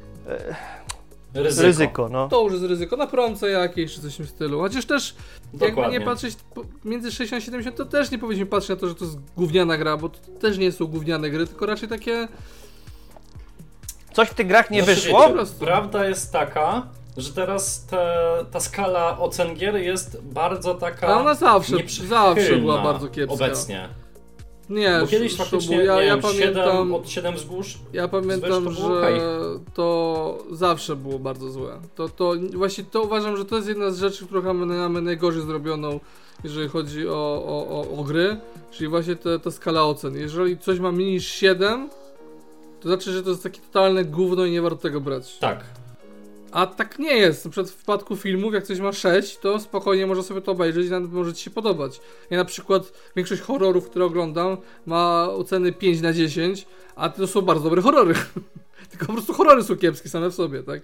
Ryzyko. ryzyko, no. To już jest ryzyko, na promce jakieś, czy coś w tym stylu. Chociaż też, jakby Dokładnie. nie patrzeć po- między sześćdziesiąt a siedemdziesiąt, to też nie powinniśmy patrzeć na to, że to jest gówniana gra, bo to też nie są gówniane gry, tylko raczej takie... Coś w tych grach nie Znaczy, wyszło. wiecie, Po prostu. Prawda jest taka, że teraz te, ta skala ocen gier jest bardzo taka. A ona zawsze, nieprzychylna zawsze była bardzo kiepska. Obecnie. Nie, Bo kiedyś Szubu, faktycznie ja, nie ja wiem, pamiętam... siedem, od siedem wzgórz. Ja pamiętam, Zresztą było że okej. to zawsze było bardzo złe. To, to właśnie to uważam, że to jest jedna z rzeczy, którą mamy, mamy najgorzej zrobioną, jeżeli chodzi o, o, o, o gry, czyli właśnie te, ta skala ocen. Jeżeli coś ma mniej niż siedem, to znaczy, że to jest takie totalne gówno i nie warto tego brać. Tak. A tak nie jest. Na przykład w przypadku filmów, jak coś ma sześć, to spokojnie można sobie to obejrzeć i nawet może ci się podobać. Ja na przykład większość horrorów, które oglądam, ma oceny pięć na dziesięć, a to są bardzo dobre horrory. Tylko po prostu horrory są kiepskie same w sobie, tak?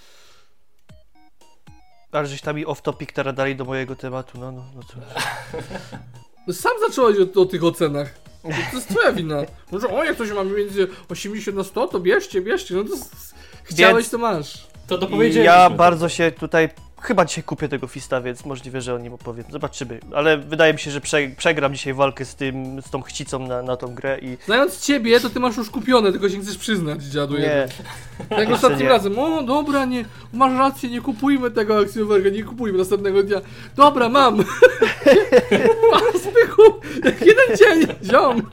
Ale żeś tam i off-topic teraz dali do mojego tematu, no, no, no cóż. Sam zacząłeś o, o tych ocenach. To, to jest twoja wina. Może o, jak ktoś ma między osiemdziesiąt na sto, to bierzcie, bierzcie. No to s- chciałeś, Więc- to masz. To I dopowiedzieliśmy. ja bardzo się tutaj chyba dzisiaj kupię tego Fista, więc możliwe, że o nim opowiem. Zobaczymy. Ale wydaje mi się, że prze, przegram dzisiaj walkę z tym, z tą chcicą na, na tą grę i... Znając ciebie, to ty masz już kupione, tylko się nie chcesz przyznać, dziadu. Nie. Jak ostatnim razem, o dobra, nie, masz rację, nie kupujmy tego Actionverga, nie kupujmy następnego dnia. Dobra, mam. Mam spychu, jak jeden dzień, ziom.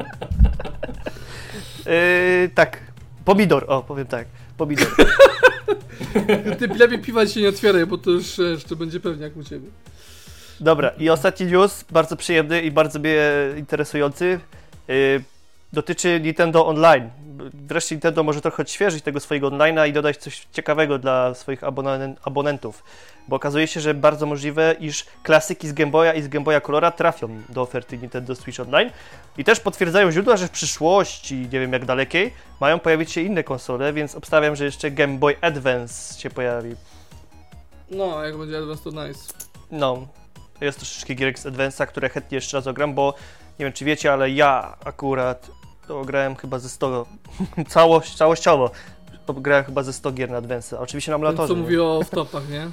Yy, tak, pomidor, o, powiem tak, pomidor. Ty lepiej piwa się nie otwieraj, bo to już jeszcze będzie pewnie jak u ciebie. Dobra, i ostatni news, bardzo przyjemny i bardzo mnie interesujący, yy, dotyczy Nintendo Online. Wreszcie Nintendo może trochę odświeżyć tego swojego online'a i dodać coś ciekawego dla swoich abonen- abonentów. Bo okazuje się, że bardzo możliwe, iż klasyki z Game Boya i z Game Boya Colora trafią do oferty Nintendo Switch Online. I też potwierdzają źródła, że w przyszłości, nie wiem jak dalekiej, mają pojawić się inne konsole, więc obstawiam, że jeszcze Game Boy Advance się pojawi. No, jak będzie Advance to nice. No, jest troszeczkę gierek z Advance'a, które chętnie jeszcze raz ogram, bo nie wiem czy wiecie, ale ja akurat to grałem chyba ze sto, całość, całościowo grałem chyba ze sto gier na Advance'a, oczywiście na emulatorze. Ten, co mówi o wtopach, nie?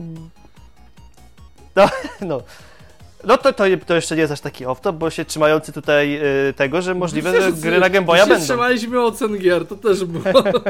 No, no. No to, to, to jeszcze nie jest aż taki off-top, bo się trzymający tutaj y, tego, że możliwe, Wiesz, że gry na Game Boya będą. Trzymaliśmy ocen gier, to też było.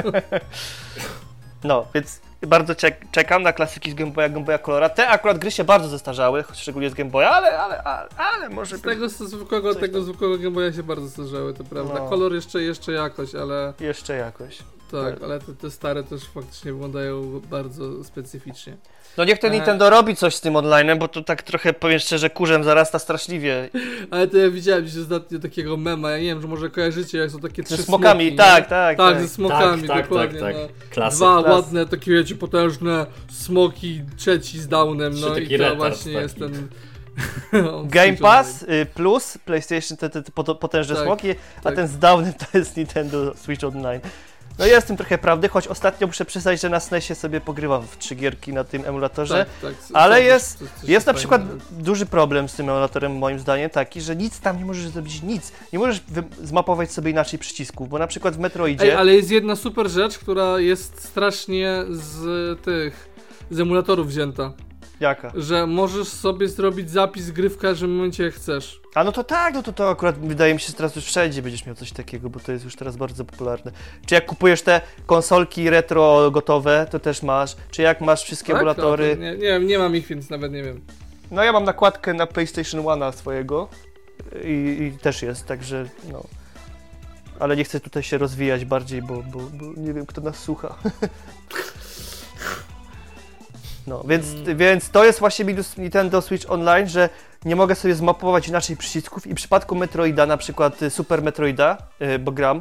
No, więc bardzo czek- czekam na klasyki z Game Boya, Game Boya Colora. Te akurat gry się bardzo zestarzały, szczególnie z Game Boya, ale, ale, ale, ale może... Z tego zwykłego, tego tam. zwykłego Game Boya się bardzo starzały, to prawda. No. Kolor jeszcze, jeszcze jakoś, ale... Jeszcze jakoś. Tak, Tak. ale te, te stare też faktycznie wyglądają bardzo specyficznie. No niech to E... Nintendo robi coś z tym online'em, bo to tak trochę, powiem szczerze, kurzem zarasta straszliwie. Ale to ja widziałem dziś ostatnio takiego mema, ja nie wiem, że może kojarzycie, jak są takie trzy Ze smokami, smoki, tak, nie? tak, Tak, tak. ze smokami, tak, tak, dokładnie. tak, no. tak. Klasyk. Dwa Klas. ładne, takie wiecie, potężne smoki, trzeci z downem, no Jeszcze i taki to retard właśnie taki. jest ten... Game Pass y, plus PlayStation, te, te, te potężne Tak, smoki, a tak. ten z downem to jest Nintendo Switch Online. No jest w tym trochę prawdy, choć ostatnio muszę przyznać, że na SNESie sobie pogrywam w trzy gierki na tym emulatorze, Tak, tak, ale coś- jest, coś- coś jest na fajnego. przykład duży problem z tym emulatorem moim zdaniem taki, że nic tam nie możesz zrobić, nic. Nie możesz wy- zmapować sobie inaczej przycisków, bo na przykład w Metroidzie... Ej, ale jest jedna super rzecz, która jest strasznie z tych, z emulatorów wzięta, Jaka? że możesz sobie zrobić zapis gry w każdym momencie jak chcesz. A no to tak, no to to akurat wydaje mi się, że teraz już wszędzie będziesz miał coś takiego, bo to jest już teraz bardzo popularne. Czy jak kupujesz te konsolki retro gotowe, to też masz, czy jak masz wszystkie Tak? emulatory... No, nie, nie wiem, nie mam ich, więc nawet nie wiem. No ja mam nakładkę na PlayStation One swojego i, i też jest, także no. Ale nie chcę tutaj się rozwijać bardziej, bo, bo, bo nie wiem kto nas słucha. No, więc, Mm. więc to jest właśnie minus Nintendo Switch Online, że nie mogę sobie zmapować inaczej przycisków i w przypadku Metroida, na przykład y, Super Metroida, y, bo gram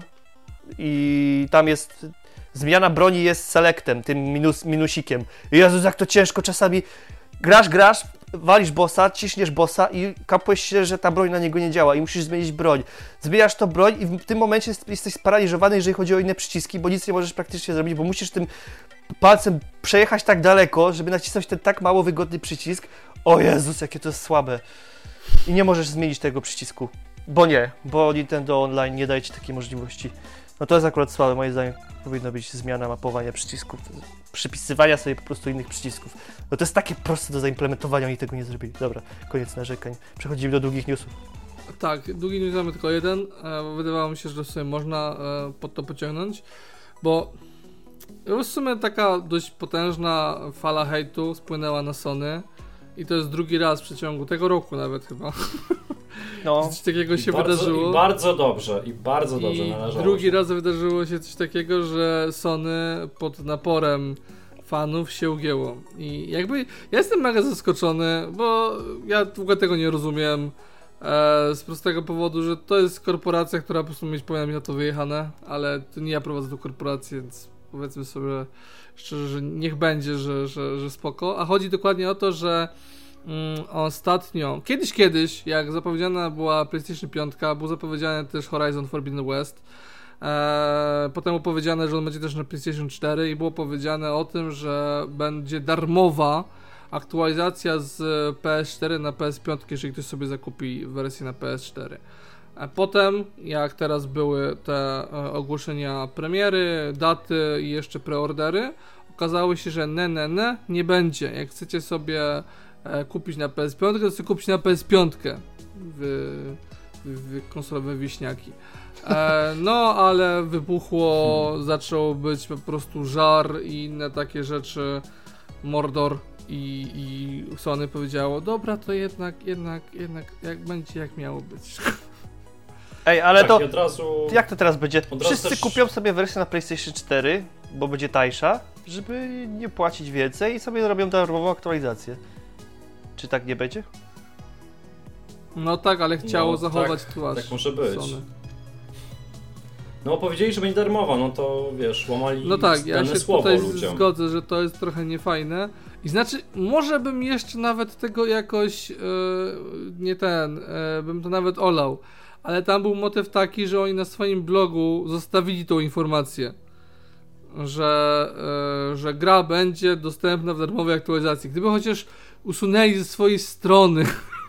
i tam jest, zmiana broni jest selectem, tym minus, minusikiem. Jezus, jak to ciężko czasami, grasz, grasz, walisz bossa, ciśniesz bossa i kapujesz się, że ta broń na niego nie działa i musisz zmienić broń. Zmieniasz to broń i w tym momencie jest, jesteś sparaliżowany, jeżeli chodzi o inne przyciski, bo nic nie możesz praktycznie zrobić, bo musisz tym palcem przejechać tak daleko, żeby nacisnąć ten tak mało wygodny przycisk. O Jezus, jakie to jest słabe. I nie możesz zmienić tego przycisku. Bo nie, bo Nintendo Online nie daje ci takiej możliwości. No to jest akurat słabe, moim zdaniem powinna być zmiana mapowania przycisków, przypisywania sobie po prostu innych przycisków. No to jest takie proste do zaimplementowania, oni tego nie zrobili. Dobra, koniec narzekań. Przechodzimy do długich newsów. Tak, długi news mamy tylko jeden, e, bo wydawało mi się, że w sumie można e, pod to pociągnąć, bo w sumie taka dość potężna fala hejtu spłynęła na Sony i to jest drugi raz w przeciągu tego roku nawet chyba. No. Coś takiego się I bardzo, wydarzyło. I bardzo dobrze, i bardzo dobrze I należało drugi się. raz wydarzyło się coś takiego, że Sony pod naporem fanów się ugięło. I jakby ja jestem mega zaskoczony, bo ja w ogóle tego nie rozumiem. E, z prostego powodu, że to jest korporacja, która po prostu mieć powinna mieć na to wyjechane, ale to nie ja prowadzę tą korporację, więc powiedzmy sobie szczerze, że niech będzie, że, że, że spoko. A chodzi dokładnie o to, że mm, ostatnio, kiedyś, kiedyś, jak zapowiedziana była PlayStation pięć, był zapowiedziany też Horizon Forbidden West. Eee, potem było powiedziane, że on będzie też na PlayStation cztery i było powiedziane o tym, że będzie darmowa aktualizacja z P S cztery na P S pięć, jeżeli ktoś sobie zakupi wersję na P S cztery. A potem, jak teraz były te e, ogłoszenia premiery, daty i jeszcze preordery, okazało się, że ne, ne, ne, nie będzie. Jak chcecie sobie e, kupić na P S pięć, to chcecie kupić na P S pięć w, w, w konsolowe wieśniaki. E, no, ale wybuchło, hmm. zaczął być po prostu żar i inne takie rzeczy, Mordor i, i Sony powiedziało, dobra, to jednak, jednak, jednak, jak będzie, jak miało być. Ej, ale tak, to, od razu, jak to teraz będzie? Wszyscy też... kupią sobie wersję na PlayStation cztery, bo będzie tańsza, żeby nie płacić więcej i sobie robią darmową aktualizację. Czy tak nie będzie? No tak, ale chciało no, zachować tak, twarz. Tak może być. Sony. No powiedzieli, że będzie darmowa, no to wiesz, łamali No tak, ja się słowo tutaj ludziom. zgodzę, że to jest trochę niefajne. I znaczy, może bym jeszcze nawet tego jakoś yy, nie ten, yy, bym to nawet olał. Ale tam był motyw taki, że oni na swoim blogu zostawili tą informację, że, yy, że gra będzie dostępna w darmowej aktualizacji. Gdyby chociaż usunęli ze swojej strony,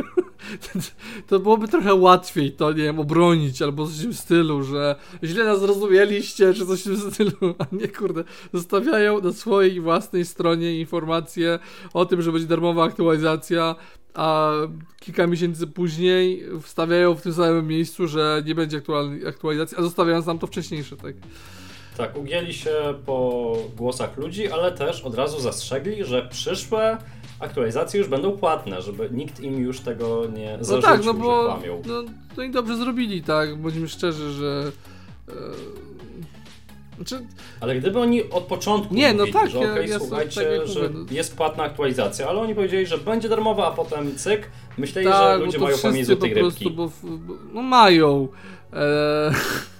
to byłoby trochę łatwiej to, nie wiem, obronić albo coś w tym stylu, że źle nas zrozumieliście, czy coś w tym stylu, a nie, kurde, zostawiają na swojej własnej stronie informacje o tym, że będzie darmowa aktualizacja, a kilka miesięcy później wstawiają w tym samym miejscu, że nie będzie aktualnej aktualizacji, a zostawiając nam to wcześniejsze, tak? Tak, ugięli się po głosach ludzi, ale też od razu zastrzegli, że przyszłe aktualizacje już będą płatne, żeby nikt im już tego nie zarzucił, no tak, no bo, że kłamią. No, to i dobrze zrobili, tak, bądźmy szczerzy, że... E, znaczy... Ale gdyby oni od początku nie, mówili, no tak, że okej, okay, ja, słuchajcie, ja tak że mówię, no. jest płatna aktualizacja, ale oni powiedzieli, że będzie darmowa, a potem cyk, myśleli, tak, że ludzie bo to mają pamięć do tej po prostu, rybki. Bo, bo, no mają. E,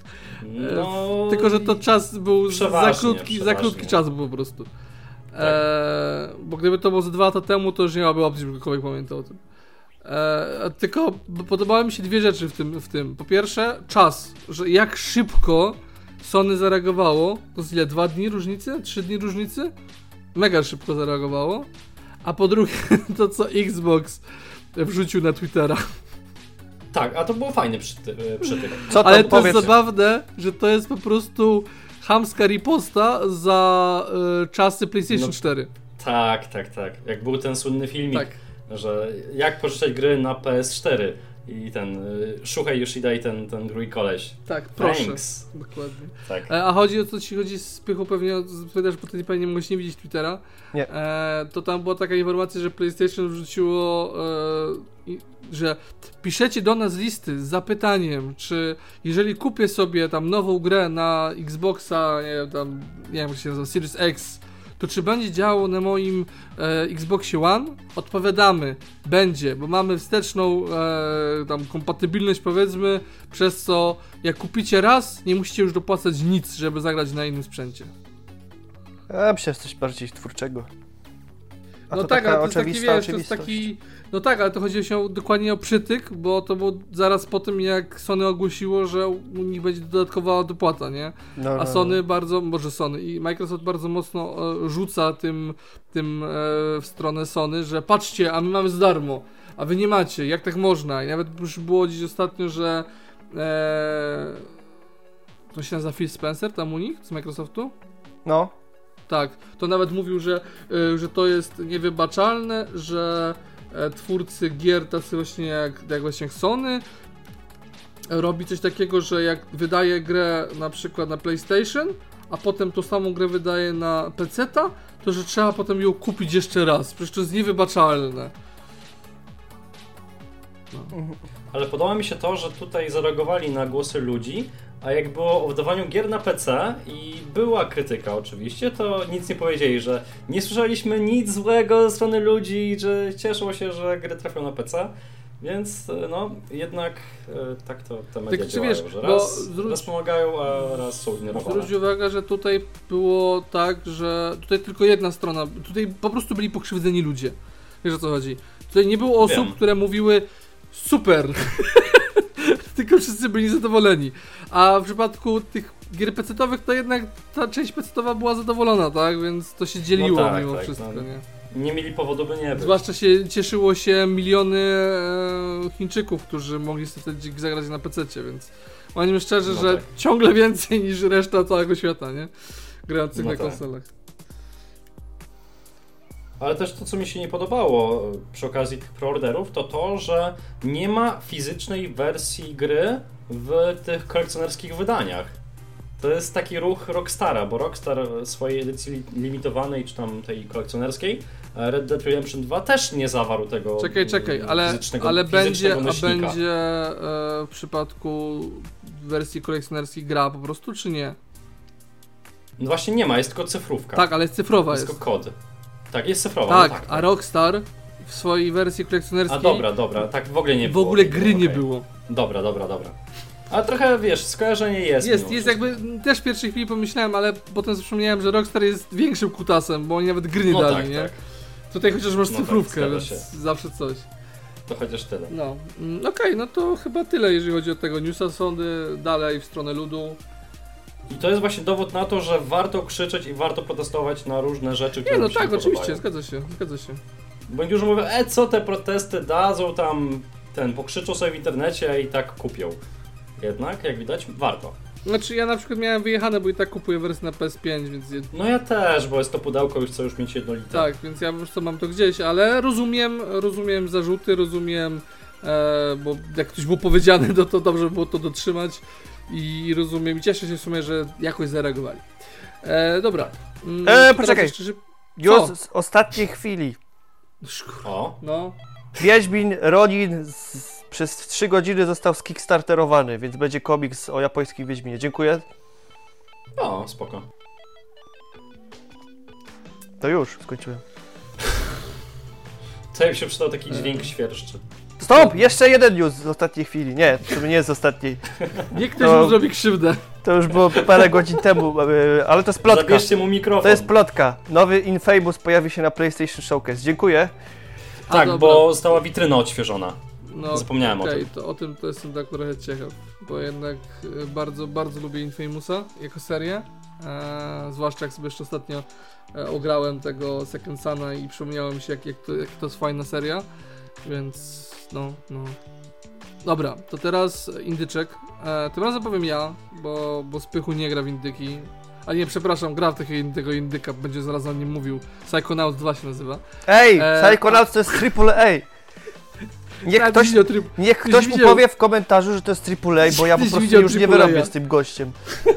no, tylko, że to czas był za krótki, za krótki czas był po prostu. E, tak. Bo gdyby to było z dwa lata temu, to już nie miałaby opcji, żeby ktokolwiek pamiętał o tym. E, tylko podobały mi się dwie rzeczy w tym, w tym. Po pierwsze, czas, że jak szybko Sony zareagowało, to jest ile? Dwa dni różnicy? Trzy dni różnicy? Mega szybko zareagowało. A po drugie, to co Xbox wrzucił na Twittera. Tak, a to było fajne przy, ty, przy tym. Co to Ale to powiedz... jest zabawne, że to jest po prostu chamska riposta za y, czasy PlayStation no, cztery. Tak, tak, tak. Jak był ten słynny filmik, tak. że jak pożyczać gry na P S cztery i ten y, Shuhei Yoshida i ten, ten drugi koleś. Tak, proszę. Thanks. Dokładnie. Tak. E, a chodzi o co ci chodzi z Pychu pewnie, ponieważ bo ty pewnie mogłeś nie widzieć Twittera. Nie. E, to tam była taka informacja, że PlayStation wrzuciło, e, i, że piszecie do nas listy z zapytaniem, czy jeżeli kupię sobie tam nową grę na Xboxa, nie wiem, tam, nie wiem jak się nazywa, Series X, to czy będzie działało na moim e, Xboxie One? Odpowiadamy, będzie, bo mamy wsteczną e, tam kompatybilność, powiedzmy, przez co jak kupicie raz, nie musicie już dopłacać nic, żeby zagrać na innym sprzęcie. Ja myślę, że coś bardziej twórczego. A no to tak, taka ale to jest taki, wiesz, to jest taki... No tak, ale to chodzi się dokładnie o przytyk, bo to było zaraz po tym, jak Sony ogłosiło, że u nich będzie dodatkowa dopłata, nie? No, a no, Sony no. bardzo, może Sony i Microsoft bardzo mocno e, rzuca tym, tym e, w stronę Sony, że patrzcie, a my mamy za darmo, a wy nie macie, jak tak można? I nawet już było dziś ostatnio, że e, to się nazywa Phil Spencer tam u nich, z Microsoftu? No. Tak, to nawet mówił, że, y, że to jest niewybaczalne, że e, twórcy gier tacy właśnie jak, jak właśnie Sony robi coś takiego, że jak wydaje grę na przykład na PlayStation, a potem tą samą grę wydaje na peceta, to że trzeba potem ją kupić jeszcze raz. Przecież to jest niewybaczalne. No. Ale podoba mi się to, że tutaj zareagowali na głosy ludzi, a jak było o wydawaniu gier na P C i była krytyka oczywiście, to nic nie powiedzieli, że nie słyszeliśmy nic złego ze strony ludzi, że cieszą się, że gry trafią na P C, więc no jednak e, tak to te media tak, działają, wiesz, że raz, zwróć, raz pomagają, a raz są ignorowane. Zwróć uwagę, że tutaj było tak, że tutaj tylko jedna strona, tutaj po prostu byli pokrzywdzeni ludzie. Wiesz o co chodzi? Tutaj nie było osób, Wiem. które mówiły super, tylko wszyscy byli zadowoleni. A w przypadku tych gier pecetowych to jednak ta część pecetowa była zadowolona, tak? Więc to się dzieliło no tak, mimo tak, wszystko, no, nie? Nie mieli powodu, by nie być. Zwłaszcza się cieszyło się miliony e, Chińczyków, którzy mogli sobie wtedy zagrać na pececie, więc bądźmy szczerzy, no że tak. ciągle więcej niż reszta całego świata, nie? Grających No na tak. konsolach. Ale też to, co mi się nie podobało przy okazji tych preorderów, to to, że nie ma fizycznej wersji gry w tych kolekcjonerskich wydaniach. To jest taki ruch Rockstara, bo Rockstar w swojej edycji limitowanej, czy tam tej kolekcjonerskiej, Red Dead Redemption dwa też nie zawarł tego Czekaj, czekaj, ale, fizycznego, ale będzie, myślnika. a będzie e, w przypadku wersji kolekcjonerskiej gra po prostu, czy nie? No właśnie nie ma, jest tylko cyfrówka. Tak, ale jest cyfrowa jest. jest. tylko kod. Tak, jest cyfrowa. Tak, no tak, a tak. Rockstar w swojej wersji kolekcjonerskiej... A dobra, dobra, tak w ogóle nie w było. W ogóle gry okay. nie było. Dobra, dobra, dobra. Ale trochę, wiesz, skojarzenie jest. Jest, jest jakby, też w pierwszej chwili pomyślałem, ale potem przypomniałem, że Rockstar jest większym kutasem, bo oni nawet gry nie no dali, tak, nie? Tak. Tutaj chociaż masz No cyfrówkę, tak, więc się. zawsze coś. To chociaż tyle. No, mm, okej, okay, no to chyba tyle, jeżeli chodzi o tego newsa, sądy dalej w stronę ludu. I to jest właśnie dowód na to, że warto krzyczeć i warto protestować na różne rzeczy, które Nie, no mi się tak, nie oczywiście, podobają. zgadza się, zgadza się. Bo niektórzy mówią, e co te protesty dadzą tam, ten, pokrzyczą sobie w internecie i tak kupią. Jednak, jak widać, warto. Znaczy ja na przykład miałem wyjechane, bo i tak kupuję wersję na P S pięć, więc... Je... No ja też, bo jest to pudełko już co już mieć jednolite. Tak, więc ja po prostu mam to gdzieś, ale rozumiem, rozumiem zarzuty, rozumiem, e, bo jak ktoś było powiedziane, to, to dobrze było to dotrzymać i rozumiem i cieszę się w sumie, że jakoś zareagowali. E, dobra. Mm, E, poczekaj. jeszcze, że... Już z ostatniej chwili. O. No. Wiedźmin Ronin z, przez trzy godziny został skickstarterowany, więc będzie komiks o japońskim Wiedźminie. Dziękuję. O, spoko. To już, skończyłem. To jak się przydał taki dźwięk świerszczy. Stop! Jeszcze jeden news z ostatniej chwili. Nie, to nie jest z ostatniej. Niech ktoś To- mu zrobi krzywdę. To już było parę godzin temu, yy, ale to jest plotka. Zabierzcie mu mikrofon. To jest plotka. Nowy Infamous pojawi się na PlayStation Showcase. Dziękuję. A, Tak, dobra. bo została witryna odświeżona. No, Zapomniałem o okej, tym. to o tym to jestem tak trochę ciekaw, bo jednak e, bardzo, bardzo lubię Infamousa jako serię, e, zwłaszcza jak sobie jeszcze ostatnio e, ograłem tego Second Sona i przypomniałem się jak, jak, to, jak to jest fajna seria, więc no, no. Dobra, to teraz indyczek, e, tym razem powiem ja, bo, bo Spychu nie gra w indyki, a nie, przepraszam, gra w tego, tego indyka, będzie zaraz o nim mówił, Psychonauts dwa się nazywa. Ej, E, Psychonauts to jest triple A. Niech Tak, ktoś, widział tryb- niech ktoś ktoś mu widział- powie w komentarzu, że to jest triple A, bo ja po Ktoś prostu widział już nie triple A. wyrobię z tym gościem.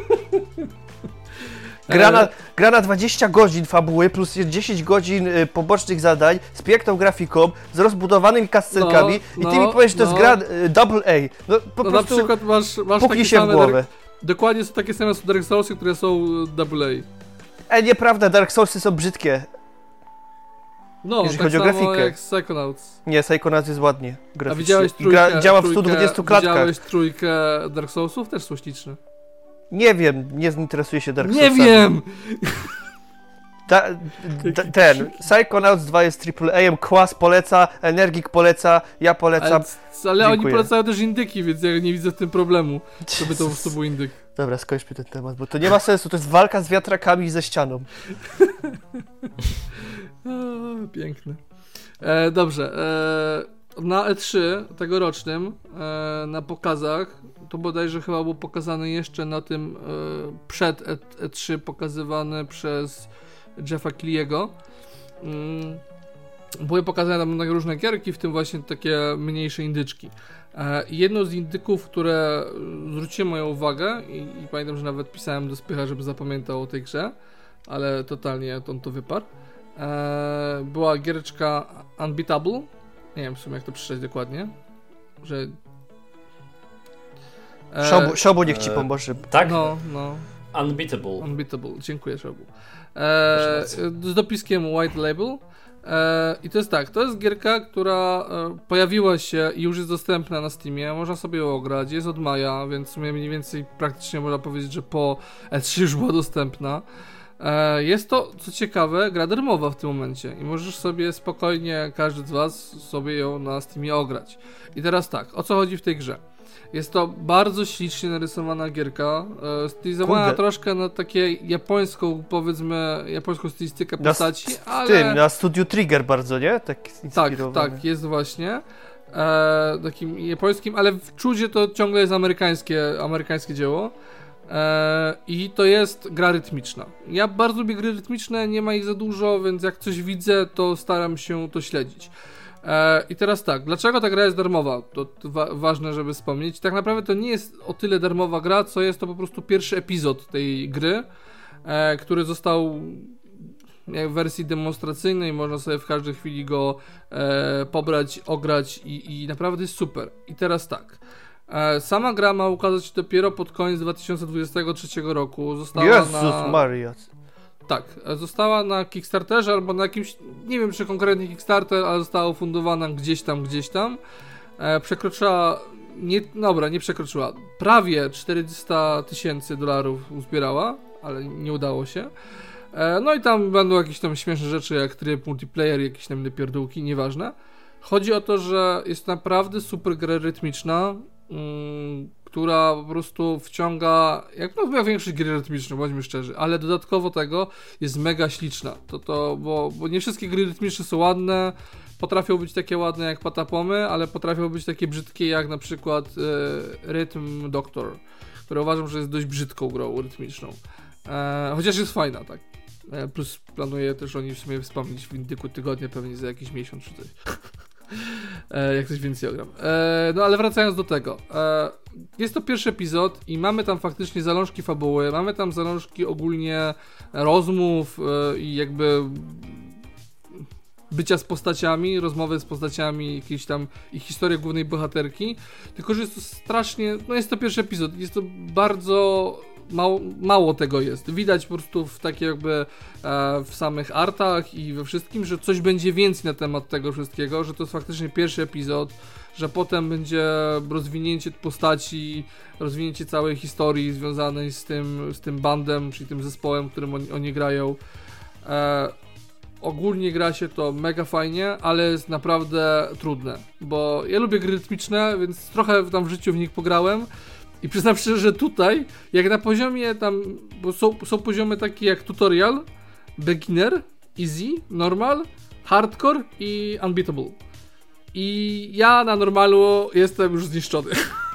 Gra na, gra na dwadzieścia godzin fabuły plus dziesięć godzin y, pobocznych zadań z piękną grafiką, z rozbudowanymi cutscenkami No, i ty mi no, powiesz, że to no. jest gra y, double A. No po No na prostu przykład masz, masz puknij takie się w same głowę. Dark, dokładnie są takie same Dark Soulsy, które są double A. E, nieprawda, Dark Soulsy są brzydkie. No, Jeżeli tak chodzi o samo grafikę. jak Psychonauts. Nie, Psychonauts jest ładnie graficznie. A widziałeś I trójkę, gra, działa w trójkę, stu dwudziestu klatkach. Widziałeś trójkę Dark Soulsów? Też są śliczne. Nie wiem, nie interesuje się Dark Nie Soulsami. wiem! Ta, d, ten, Psychonauts dwa jest triple A, Kłas poleca, Energik poleca, ja polecam. Ale, ale oni Dziękuję. polecają też indyki, więc ja nie widzę w tym problemu, żeby to po prostu był indyk. Dobra, skończmy ten temat, bo to nie ma sensu, to jest walka z wiatrakami i ze ścianą. O, piękne. E, dobrze. E, na E trzy tegorocznym, e, na pokazach, to bodajże chyba było pokazane jeszcze na tym e, przed E, E3 pokazywane przez Jeffa Keely'ego. Mm, były pokazane tam różne gierki, w tym właśnie takie mniejsze indyczki. E, jedną z indyków, które zwróciło moją uwagę i, i pamiętam, że nawet pisałem do Spycha, żeby zapamiętał o tej grze, ale totalnie on to wyparł. E, była giereczka Unbeatable. Nie wiem w sumie jak to przeczytać dokładnie. Że... E, Szobu, Szobu niech ci e, pomoże. Tak? No, no. Unbeatable. Unbeatable. Dziękuję, Szobu. E, z dopiskiem White Label. E, I to jest tak, to jest gierka, która e, pojawiła się i już jest dostępna na Steamie, można sobie ją ograć, jest od maja, więc w sumie mniej więcej praktycznie można powiedzieć, że po E trzy już była dostępna. E, jest to, co ciekawe, gra darmowa w tym momencie i możesz sobie spokojnie, każdy z was sobie ją na Steamie ograć. I teraz tak, o co chodzi w tej grze? Jest to bardzo ślicznie narysowana gierka, e, stylizowana Kurde. troszkę na takie japońską, powiedzmy, japońską stylistykę Na, postaci, z, ale... z tym, na studiu Trigger bardzo, nie? Tak Tak, inspirowany. tak, jest właśnie e, takim japońskim, ale w czudzie to ciągle jest amerykańskie, amerykańskie dzieło. E, I to jest gra rytmiczna. Ja bardzo lubię gry rytmiczne, nie ma ich za dużo, więc jak coś widzę, to staram się to śledzić. E, I teraz tak, dlaczego ta gra jest darmowa? To, to wa- ważne, żeby wspomnieć. Tak naprawdę to nie jest o tyle darmowa gra, co jest to po prostu pierwszy epizod tej gry, e, który został w wersji demonstracyjnej, można sobie w każdej chwili go e, pobrać, ograć i, i naprawdę jest super. I teraz tak, e, sama gra ma ukazać się dopiero pod koniec dwa tysiące dwudziestego trzeciego roku. Została Jezus na... Maria. Tak, została na Kickstarterze albo na jakimś, nie wiem czy konkretnie Kickstarter, ale została ufundowana gdzieś tam, gdzieś tam. E, przekroczyła, nie, dobra, nie przekroczyła, prawie czterysta tysięcy dolarów uzbierała, ale nie udało się. E, no i tam będą jakieś tam śmieszne rzeczy jak tryb multiplayer, jakieś tam inne pierdółki, nieważne. Chodzi o to, że jest naprawdę super gra rytmiczna, mm, która po prostu wciąga, jak no jak większość gier rytmicznych, bądźmy szczerzy, ale dodatkowo tego jest mega śliczna, to, to, bo, bo nie wszystkie gry rytmiczne są ładne, potrafią być takie ładne jak Patapomy, ale potrafią być takie brzydkie jak na przykład e, Rhythm Doctor, która uważam, że jest dość brzydką grą rytmiczną, e, chociaż jest fajna, tak. E, plus planuję też o niej w sumie wspomnieć w Indyku tygodnia, pewnie za jakiś miesiąc czy coś. E, jak coś więcej ogram. E, no ale wracając do tego. E, jest to pierwszy epizod i mamy tam faktycznie zalążki fabuły, mamy tam zalążki ogólnie rozmów e, i jakby bycia z postaciami, rozmowy z postaciami, jakieś tam i historię głównej bohaterki. Tylko że jest to strasznie, no jest to pierwszy epizod, jest to bardzo mało, mało tego jest. Widać po prostu w takie jakby e, w samych artach i we wszystkim, że coś będzie więcej na temat tego wszystkiego, że to jest faktycznie pierwszy epizod, że potem będzie rozwinięcie postaci, rozwinięcie całej historii związanej z tym, z tym bandem, czyli tym zespołem, którym oni, oni grają. E, ogólnie gra się to mega fajnie, ale jest naprawdę trudne, bo ja lubię gry rytmiczne, więc trochę tam w życiu w nich pograłem. I przyznam szczerze, że tutaj, jak na poziomie tam, bo są, są poziomy takie jak tutorial, beginner, easy, normal, hardcore i unbeatable. I ja na normalu jestem już zniszczony.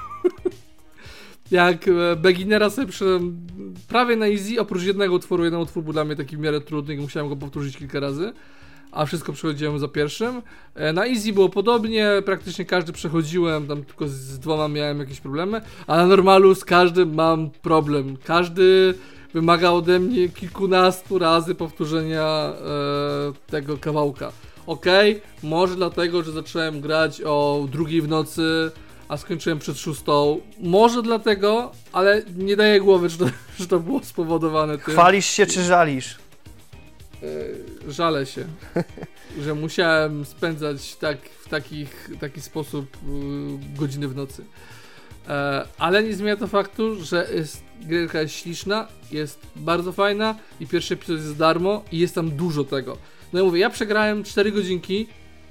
Jak beginnera sobie przyszedłem prawie na easy, oprócz jednego utworu, jeden utwór był dla mnie taki w miarę trudny i musiałem go powtórzyć kilka razy. A wszystko przechodziłem za pierwszym. Na easy było podobnie, praktycznie każdy przechodziłem, tam tylko z dwoma miałem jakieś problemy, a na normalu z każdym mam problem. Każdy wymaga ode mnie kilkunastu razy powtórzenia e, tego kawałka. Okej, okay, może dlatego, że zacząłem grać o drugiej w nocy, a skończyłem przed szóstą. Może dlatego, ale nie daję głowy, że to, że to było spowodowane tym. Chwalisz się czy żalisz? Yy, żalę się, że musiałem spędzać tak, w takich, taki sposób yy, godziny w nocy. Yy, ale nie zmienia to faktu, że jest, gierka jest śliczna, jest bardzo fajna i pierwszy epizod jest darmo i jest tam dużo tego. No ja mówię, ja przegrałem cztery godzinki,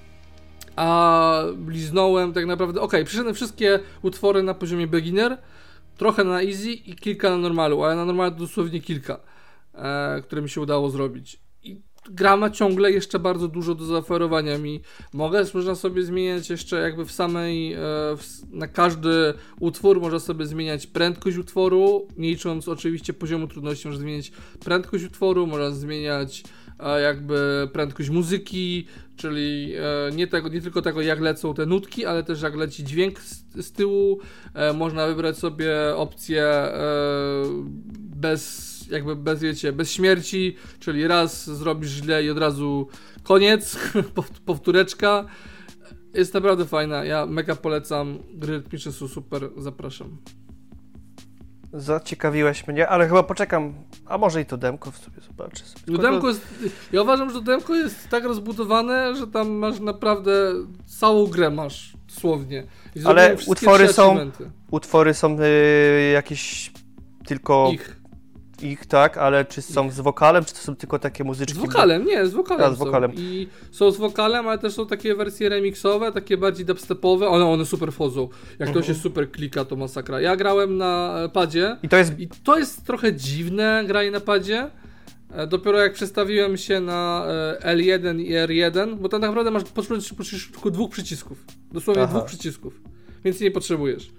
a liznąłem tak naprawdę, okej, okay, przyszedłem wszystkie utwory na poziomie beginner, trochę na easy i kilka na normalu, ale na normalu dosłownie kilka, e, które mi się udało zrobić. I gra ma ciągle jeszcze bardzo dużo do zaoferowania mi. Mogę, można sobie zmieniać jeszcze jakby w samej, e, w, na każdy utwór można sobie zmieniać prędkość utworu, nie licząc oczywiście poziomu trudności, można zmieniać prędkość utworu, można zmieniać e, jakby prędkość muzyki, czyli e, nie, tego, nie tylko tego jak lecą te nutki, ale też jak leci dźwięk z, z tyłu. E, można wybrać sobie opcję e, bez jakby bez, wiecie, bez śmierci, czyli raz zrobisz źle i od razu koniec, powtóreczka. Jest naprawdę fajna, ja mega polecam, gry rytmiczne są super, zapraszam. Zaciekawiłeś mnie, ale chyba poczekam, a może i to demko w sobie zobaczę. Sobie. No demko jest, ja uważam, że to demko jest tak rozbudowane, że tam masz naprawdę całą grę masz, dosłownie. Ale utwory są, utwory są y, jakieś tylko... Ich. Ich, tak, ale czy są ich. z wokalem, czy to są tylko takie muzyczki? Z wokalem, nie, z wokalem, A, z wokalem. Są. I są z wokalem, ale też są takie wersje remixowe, takie bardziej dubstepowe, one, one super wchodzą. Jak uh-huh. to się super klika, to masakra. Ja grałem na padzie i to jest, i to jest trochę dziwne, granie na padzie. Dopiero jak przestawiłem się na L jeden i R jeden, bo tam naprawdę masz potrzebujesz tylko dwóch przycisków. Dosłownie Aha. dwóch przycisków, więc nie potrzebujesz.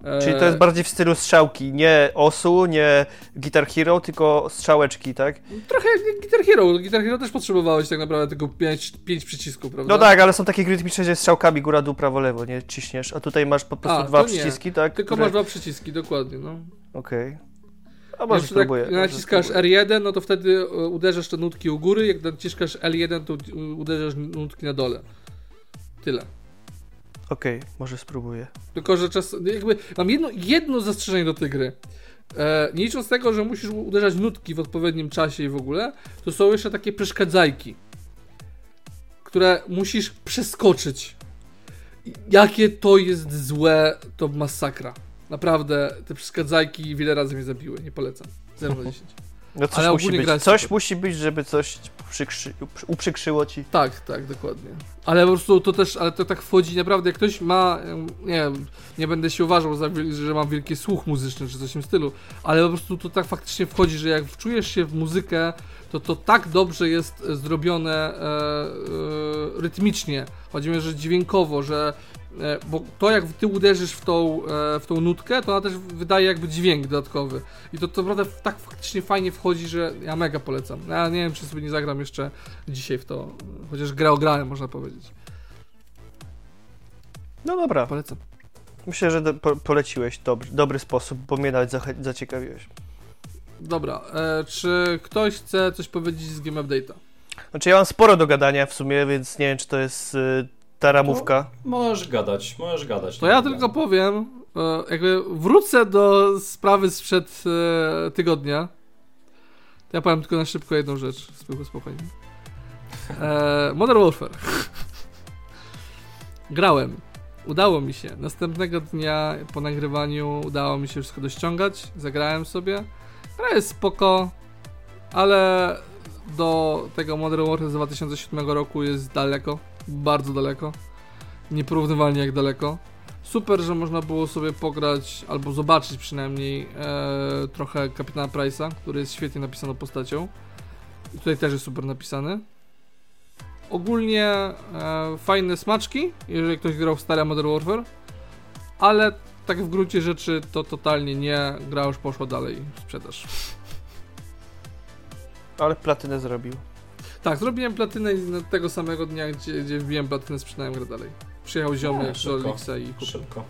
Czyli to jest bardziej w stylu strzałki, nie osu, nie Guitar Hero, tylko strzałeczki, tak? Trochę jak Guitar Hero. Guitar Hero też potrzebowałeś tak naprawdę tylko pięć, pięć przycisków, prawda? No tak, ale są takie gry rytmiczne, że strzałkami góra, dół, prawo, lewo, nie ciśniesz, a tutaj masz po prostu a, dwa nie. przyciski, tak? Tylko które... masz dwa przyciski, dokładnie, no. Okej. Okay. A może spróbuję. Jak naciskasz R jeden, no to wtedy uderzasz te nutki u góry, jak naciskasz L jeden, to uderzasz nutki na dole. Tyle. Okej, okay, może spróbuję. Tylko, że czas, jakby mam jedno, jedno zastrzeżenie do tej gry. E, nie licząc tego, że musisz uderzać nutki w odpowiednim czasie i w ogóle, to są jeszcze takie przeszkadzajki, które musisz przeskoczyć. Jakie to jest złe, to masakra. Naprawdę, te przeszkadzajki wiele razy mnie zabiły, nie polecam. zero na dziesięć. No coś ale musi być, coś super. musi być, żeby coś uprzykrzy, uprzykrzyło ci. Tak, tak, dokładnie. Ale po prostu to też, ale to tak wchodzi naprawdę, jak ktoś ma, nie wiem, nie będę się uważał, za, że mam wielki słuch muzyczny czy coś w tym stylu, ale po prostu to tak faktycznie wchodzi, że jak wczujesz się w muzykę, to to tak dobrze jest zrobione e, e, rytmicznie, chodzi mi, że dźwiękowo, że bo to jak ty uderzysz w tą, w tą nutkę, to ona też wydaje jakby dźwięk dodatkowy. I to, to naprawdę tak faktycznie fajnie wchodzi, że ja mega polecam. Ja nie wiem, czy sobie nie zagram jeszcze dzisiaj w to, chociaż grę ograłem, można powiedzieć. No dobra. Polecam. Myślę, że do, po, poleciłeś dobry, dobry sposób, bo mnie nawet zachę- zaciekawiłeś. Dobra, e, czy ktoś chce coś powiedzieć z Game Update'a? Znaczy ja mam sporo do gadania w sumie, więc nie wiem, czy to jest... Y- ta ramówka. No, możesz gadać, możesz gadać. To ja tylko powiem, jakby wrócę do sprawy sprzed e, tygodnia. To ja powiem tylko na szybko jedną rzecz, spokojnie. spokojnie. E, Modern Warfare. Grałem. Udało mi się. Następnego dnia po nagrywaniu udało mi się wszystko dościągać. Zagrałem sobie. Gra jest spoko, ale do tego Modern Warfare z dwa tysiące siódmego roku jest daleko. Bardzo daleko. Nieporównywalnie jak daleko. Super, że można było sobie pograć, albo zobaczyć przynajmniej e, trochę Kapitana Price'a, który jest świetnie napisaną postacią. I tutaj też jest super napisany. Ogólnie e, fajne smaczki, jeżeli ktoś grał w stare Modern Warfare, ale tak w gruncie rzeczy to totalnie nie. Gra już poszła dalej w sprzedaż. Ale platynę zrobił. Tak, zrobiłem platynę tego samego dnia, gdzie, gdzie wbiłem platynę, sprzedałem grę dalej. Przyjechał ziomek z Olixa i kupił. Szybko.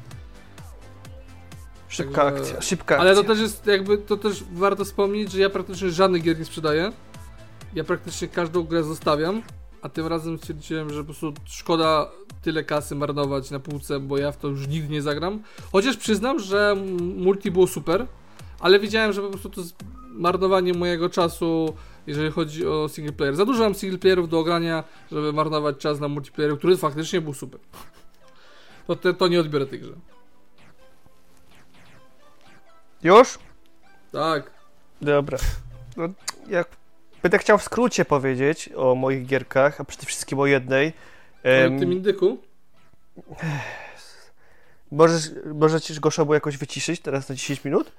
Szybka Także... akcja, szybka Ale akcja. to też jest jakby, to też warto wspomnieć, że ja praktycznie żadnych gier nie sprzedaję. Ja praktycznie każdą grę zostawiam, a tym razem stwierdziłem, że po prostu szkoda tyle kasy marnować na półce, bo ja w to już nigdy nie zagram. Chociaż przyznam, że multi było super, ale wiedziałem, że po prostu to jest marnowanie mojego czasu, jeżeli chodzi o single player. Za dużo mam single playerów do ogrania, żeby marnować czas na multiplayeru, który faktycznie był super. To, to, to nie odbiorę tej grze. Już? Tak. Dobra. No, jak będę chciał w skrócie powiedzieć o moich gierkach, a przede wszystkim o jednej. O tym indyku? Możesz, możecie Gosza jakoś wyciszyć teraz na dziesięć minut?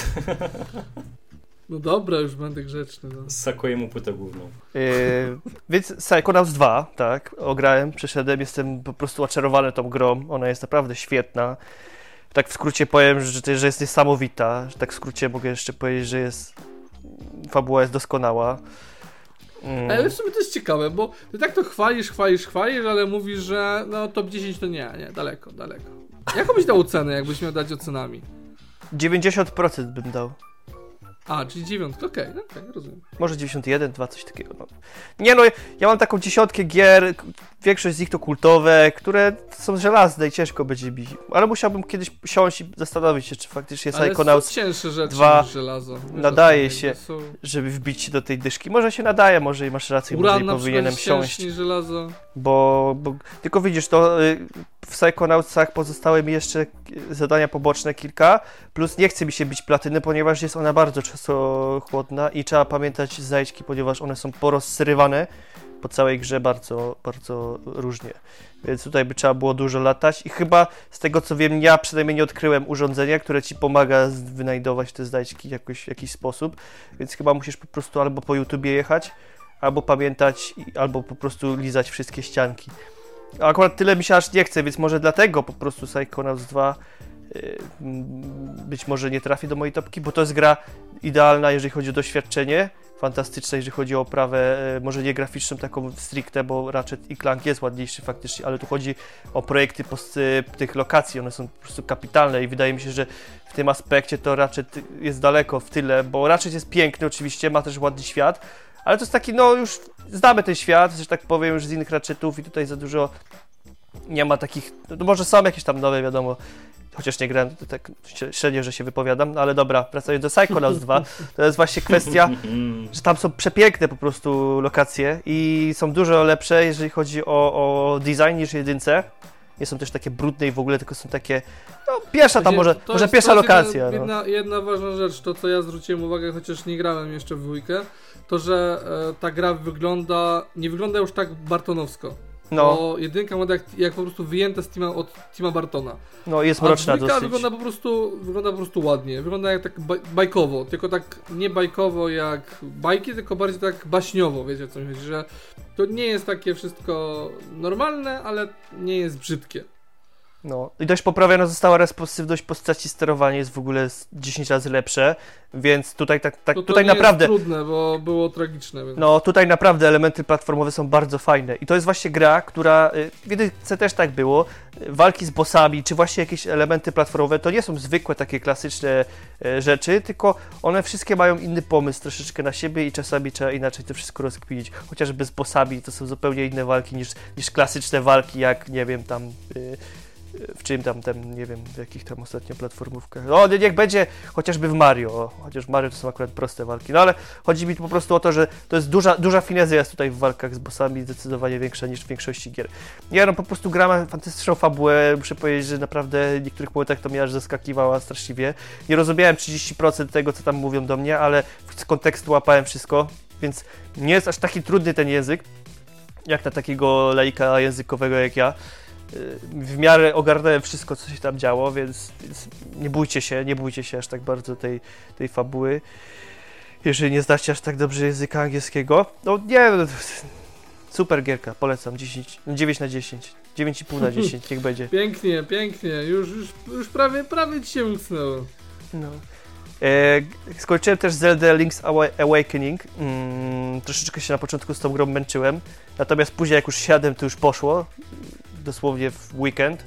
No dobra, już będę grzeczny. No. Sakuję mu płytę główną. Yy, więc Psychonauts dwa, tak, ograłem, przeszedłem, jestem po prostu oczarowany tą grą, ona jest naprawdę świetna. Tak w skrócie powiem, że, że jest niesamowita, że tak w skrócie mogę jeszcze powiedzieć, że jest, fabuła jest doskonała. Mm. Ale w sumie to jest ciekawe, bo ty tak to chwalisz, chwalisz, chwalisz, ale mówisz, że no top dziesięć to nie, nie, daleko, daleko. Jaką byś dał ocenę, jakbyś miał dać ocenami? dziewięćdziesiąt procent bym dał. A, czyli dziewiątka, okej, okay, no okej, okay, rozumiem. Może dziewięćdziesiąt jeden, dwa, coś takiego. No. Nie no, ja mam taką dziesiątkę gier, większość z nich to kultowe, które są żelazne i ciężko będzie mi. Ale musiałbym kiedyś siąść i zastanowić się, czy faktycznie Psychonauts cięższe rzeczy dwa niż żelazo. nadaje się, są... żeby wbić się do tej dyszki. Może się nadaje, może i masz rację, Uran może i powinienem siąść. Niż żelazo. Bo, bo tylko widzisz, to w Psychonautsach pozostały mi jeszcze zadania poboczne kilka, plus nie chce mi się bić platyny, ponieważ jest ona bardzo czasochłodna i trzeba pamiętać zajdźki, ponieważ one są porozsyrywane po całej grze bardzo, bardzo różnie. Więc tutaj by trzeba było dużo latać i chyba z tego co wiem, ja przynajmniej nie odkryłem urządzenia, które ci pomaga wynajdować te zajdźki jakoś, w jakiś sposób, więc chyba musisz po prostu albo po YouTubie jechać, albo pamiętać, albo po prostu lizać wszystkie ścianki. A akurat tyle mi się aż nie chce, więc może dlatego po prostu Psychonauts dwa być może nie trafi do mojej topki, bo to jest gra idealna, jeżeli chodzi o doświadczenie, fantastyczna, jeżeli chodzi o oprawę, może nie graficzną, taką stricte, bo Ratchet i Clank jest ładniejszy faktycznie, ale tu chodzi o projekty post, tych lokacji, one są po prostu kapitalne i wydaje mi się, że w tym aspekcie to Ratchet jest daleko w tyle, bo Ratchet jest piękny oczywiście, ma też ładny świat, ale to jest taki, no już znamy ten świat, że tak powiem, już z innych Ratchetów i tutaj za dużo nie ma takich, no może są jakieś tam nowe, wiadomo, chociaż nie grałem, to tak średnio, że się wypowiadam, no ale dobra, wracając do Psychonauts dwa, to jest właśnie kwestia, że tam są przepiękne po prostu lokacje i są dużo lepsze, jeżeli chodzi o, o design niż jedynce. Nie są też takie brudne i w ogóle, tylko są takie, no pierwsza tam może, to może pierwsza lokacja. Jedna, no. jedna ważna rzecz, to co ja zwróciłem uwagę, chociaż nie grałem jeszcze w dwójkę, to że e, ta gra wygląda, nie wygląda już tak bartonowsko. No. Bo jedynka ma jak, jak po prostu wyjęte z Tima, od Tima Bartona. No jest mroczna a dwójka dosyć. wygląda po prostu, wygląda po prostu ładnie. Wygląda jak tak baj, bajkowo, tylko tak nie bajkowo jak bajki, tylko bardziej tak baśniowo, wiecie co mi chodzi, że to nie jest takie wszystko normalne, ale nie jest brzydkie. No i dość poprawiona została responsywność postaci, sterowanie jest w ogóle dziesięć razy lepsze, więc tutaj tak, tak to to tutaj nie naprawdę jest trudne, bo było tragiczne. Więc... No tutaj naprawdę elementy platformowe są bardzo fajne i to jest właśnie gra, która w jedynce też tak było, walki z bossami, czy właśnie jakieś elementy platformowe, to nie są zwykłe takie klasyczne rzeczy, tylko one wszystkie mają inny pomysł troszeczkę na siebie i czasami trzeba inaczej to wszystko rozkminić, chociażby z bossami to są zupełnie inne walki niż, niż klasyczne walki, jak nie wiem tam... w czym tam, tam, nie wiem, w jakich tam ostatnio platformówkach. No, niech będzie chociażby w Mario, o, chociaż w Mario to są akurat proste walki. No ale chodzi mi tu po prostu o to, że to jest duża, duża finezja jest tutaj w walkach z bossami, zdecydowanie większa niż w większości gier. Ja no po prostu gram fantastyczną fabułę, muszę powiedzieć, że naprawdę w niektórych momentach to mnie aż zaskakiwała straszliwie. Nie rozumiałem trzydzieści procent tego, co tam mówią do mnie, ale z kontekstu łapałem wszystko, więc nie jest aż taki trudny ten język, jak na takiego laika językowego jak ja. W miarę ogarnąłem wszystko, co się tam działo, więc, więc nie bójcie się, nie bójcie się aż tak bardzo tej, tej fabuły. Jeżeli nie znacie aż tak dobrze języka angielskiego, no nie, super gierka, polecam, dziesięć, dziewięć na dziesięć, dziewięć i pół na dziesięć, niech będzie. Pięknie, pięknie, już, już, już prawie, prawie ci się umknęło. No. E, skończyłem też Zelda Link's Awakening, mm, troszeczkę się na początku z tą grą męczyłem, natomiast później jak już siadłem, to już poszło. Dosłownie w weekend.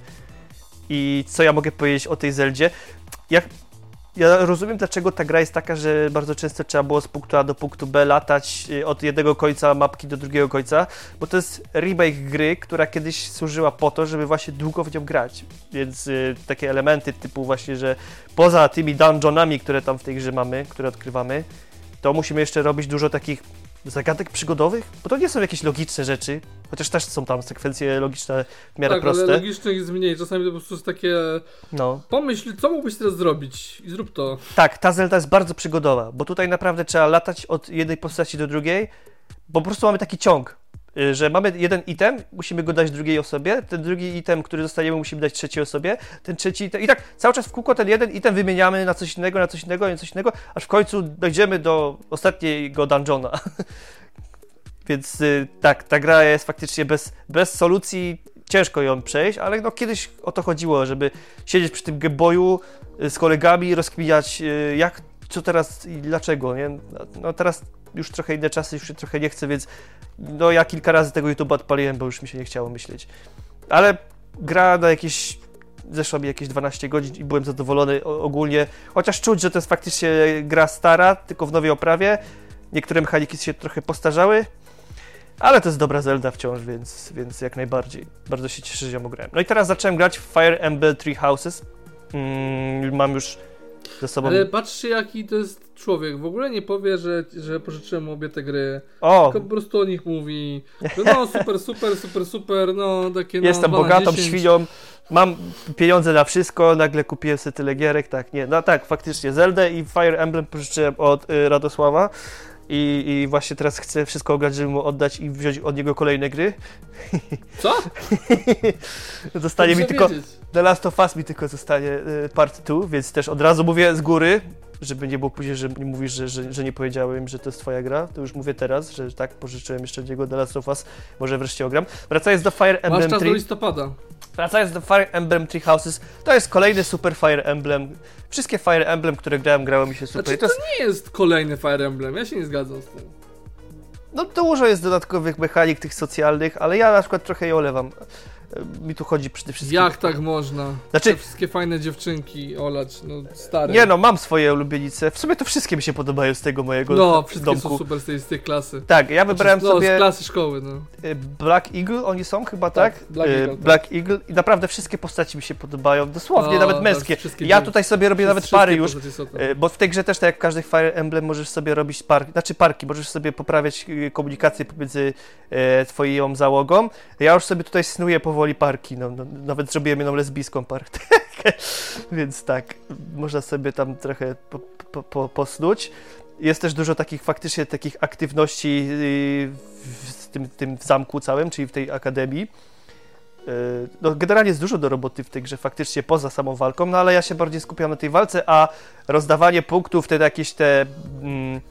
I co ja mogę powiedzieć o tej Zeldzie? Jak, ja rozumiem, dlaczego ta gra jest taka, że bardzo często trzeba było z punktu A do punktu B latać od jednego końca mapki do drugiego końca, bo to jest remake gry, która kiedyś służyła po to, żeby właśnie długo w nią grać. Więc y, takie elementy typu właśnie, że poza tymi dungeonami, które tam w tej grze mamy, które odkrywamy, to musimy jeszcze robić dużo takich zagadek przygodowych, bo to nie są jakieś logiczne rzeczy, chociaż też są tam sekwencje logiczne w miarę tak, proste. Ale logicznych jest mniej, czasami to po prostu jest takie no. Pomyśl, co mógłbyś teraz zrobić i zrób to. Tak, ta Zelda jest bardzo przygodowa, bo tutaj naprawdę trzeba latać od jednej postaci do drugiej, bo po prostu mamy taki ciąg, że mamy jeden item, musimy go dać drugiej osobie, ten drugi item, który dostaniemy, musimy dać trzeciej osobie, ten trzeci item, i tak cały czas w kółko ten jeden item wymieniamy na coś innego, na coś innego, na coś innego, aż w końcu dojdziemy do ostatniego dungeona. Więc y, tak, ta gra jest faktycznie bez, bez solucji, ciężko ją przejść, ale no kiedyś o to chodziło, żeby siedzieć przy tym Game Boyu y, z kolegami, rozkminiać y, jak, co teraz i dlaczego, nie? No teraz już trochę inne czasy, już się trochę nie chcę, więc no ja kilka razy tego YouTube'a odpaliłem, bo już mi się nie chciało myśleć. Ale gra na jakieś, zeszło mi jakieś dwanaście godzin i byłem zadowolony ogólnie, chociaż czuć, że to jest faktycznie gra stara, tylko w nowej oprawie. Niektóre mechaniki się trochę postarzały, ale to jest dobra Zelda wciąż, więc, więc jak najbardziej. Bardzo się cieszę, że ją grałem. No i teraz zacząłem grać w Fire Emblem Three Houses. Mm, mam już ze sobą... Ale patrzcie, jaki to jest człowiek. W ogóle nie powie, że, że pożyczyłem mu obie te gry. O. Tylko po prostu o nich mówi. Że no super, super, super, super, no takie no, jestem bogatą świnią, mam pieniądze na wszystko, nagle kupiłem sobie tyle gierek, tak, nie, no tak, faktycznie Zeldę i Fire Emblem pożyczyłem od y, Radosława. I, I właśnie teraz chcę wszystko ograć, żeby mu oddać i wziąć od niego kolejne gry. Co? Zostanie mi tylko... Wiedzieć. The Last of Us mi tylko zostanie y, part dwa, więc też od razu mówię z góry, żeby nie było później, że nie mówisz, że, że, że nie powiedziałem, że to jest twoja gra. To już mówię teraz, że tak, pożyczyłem jeszcze od niego The Last of Us. Może wreszcie ogram. Wracając do Fire Emblem Masz czas trzy. do listopada. Wracając do Fire Emblem Three Houses, to jest kolejny super Fire Emblem. Wszystkie Fire Emblem, które grałem, grało mi się super. Znaczy, to, to jest... nie jest kolejny Fire Emblem, ja się nie zgadzam z tym. No dużo jest dodatkowych mechanik tych socjalnych, ale ja na przykład trochę je olewam. Mi tu chodzi przede wszystkim... Jak tak można? Znaczy... Te wszystkie fajne dziewczynki olać, no stary. Nie no, mam swoje ulubienice. W sumie to wszystkie mi się podobają z tego mojego No, wszystkie domku. są super z tej, z tej klasy. Tak, ja wybrałem znaczy, no, sobie... z klasy szkoły, no. Black Eagle, oni są chyba, tak? tak? Black, Eagle, Black Eagle i naprawdę wszystkie postaci mi się podobają, dosłownie, no, nawet męskie. tak, Ja tutaj sobie robię nawet pary już, są bo w tej grze też tak jak w każdych Fire Emblem możesz sobie robić parki, znaczy parki, możesz sobie poprawiać komunikację pomiędzy e, twoją załogą. Ja już sobie tutaj snuję powoli parki, no, no, nawet zrobiłem jedną lesbijską parkę, więc tak, można sobie tam trochę po, po, po, posnuć. Jest też dużo takich faktycznie takich aktywności w tym, tym zamku całym, czyli w tej akademii. No, generalnie jest dużo do roboty w tej grze faktycznie poza samą walką, no ale ja się bardziej skupiam na tej walce, a rozdawanie punktów, te jakieś te mm,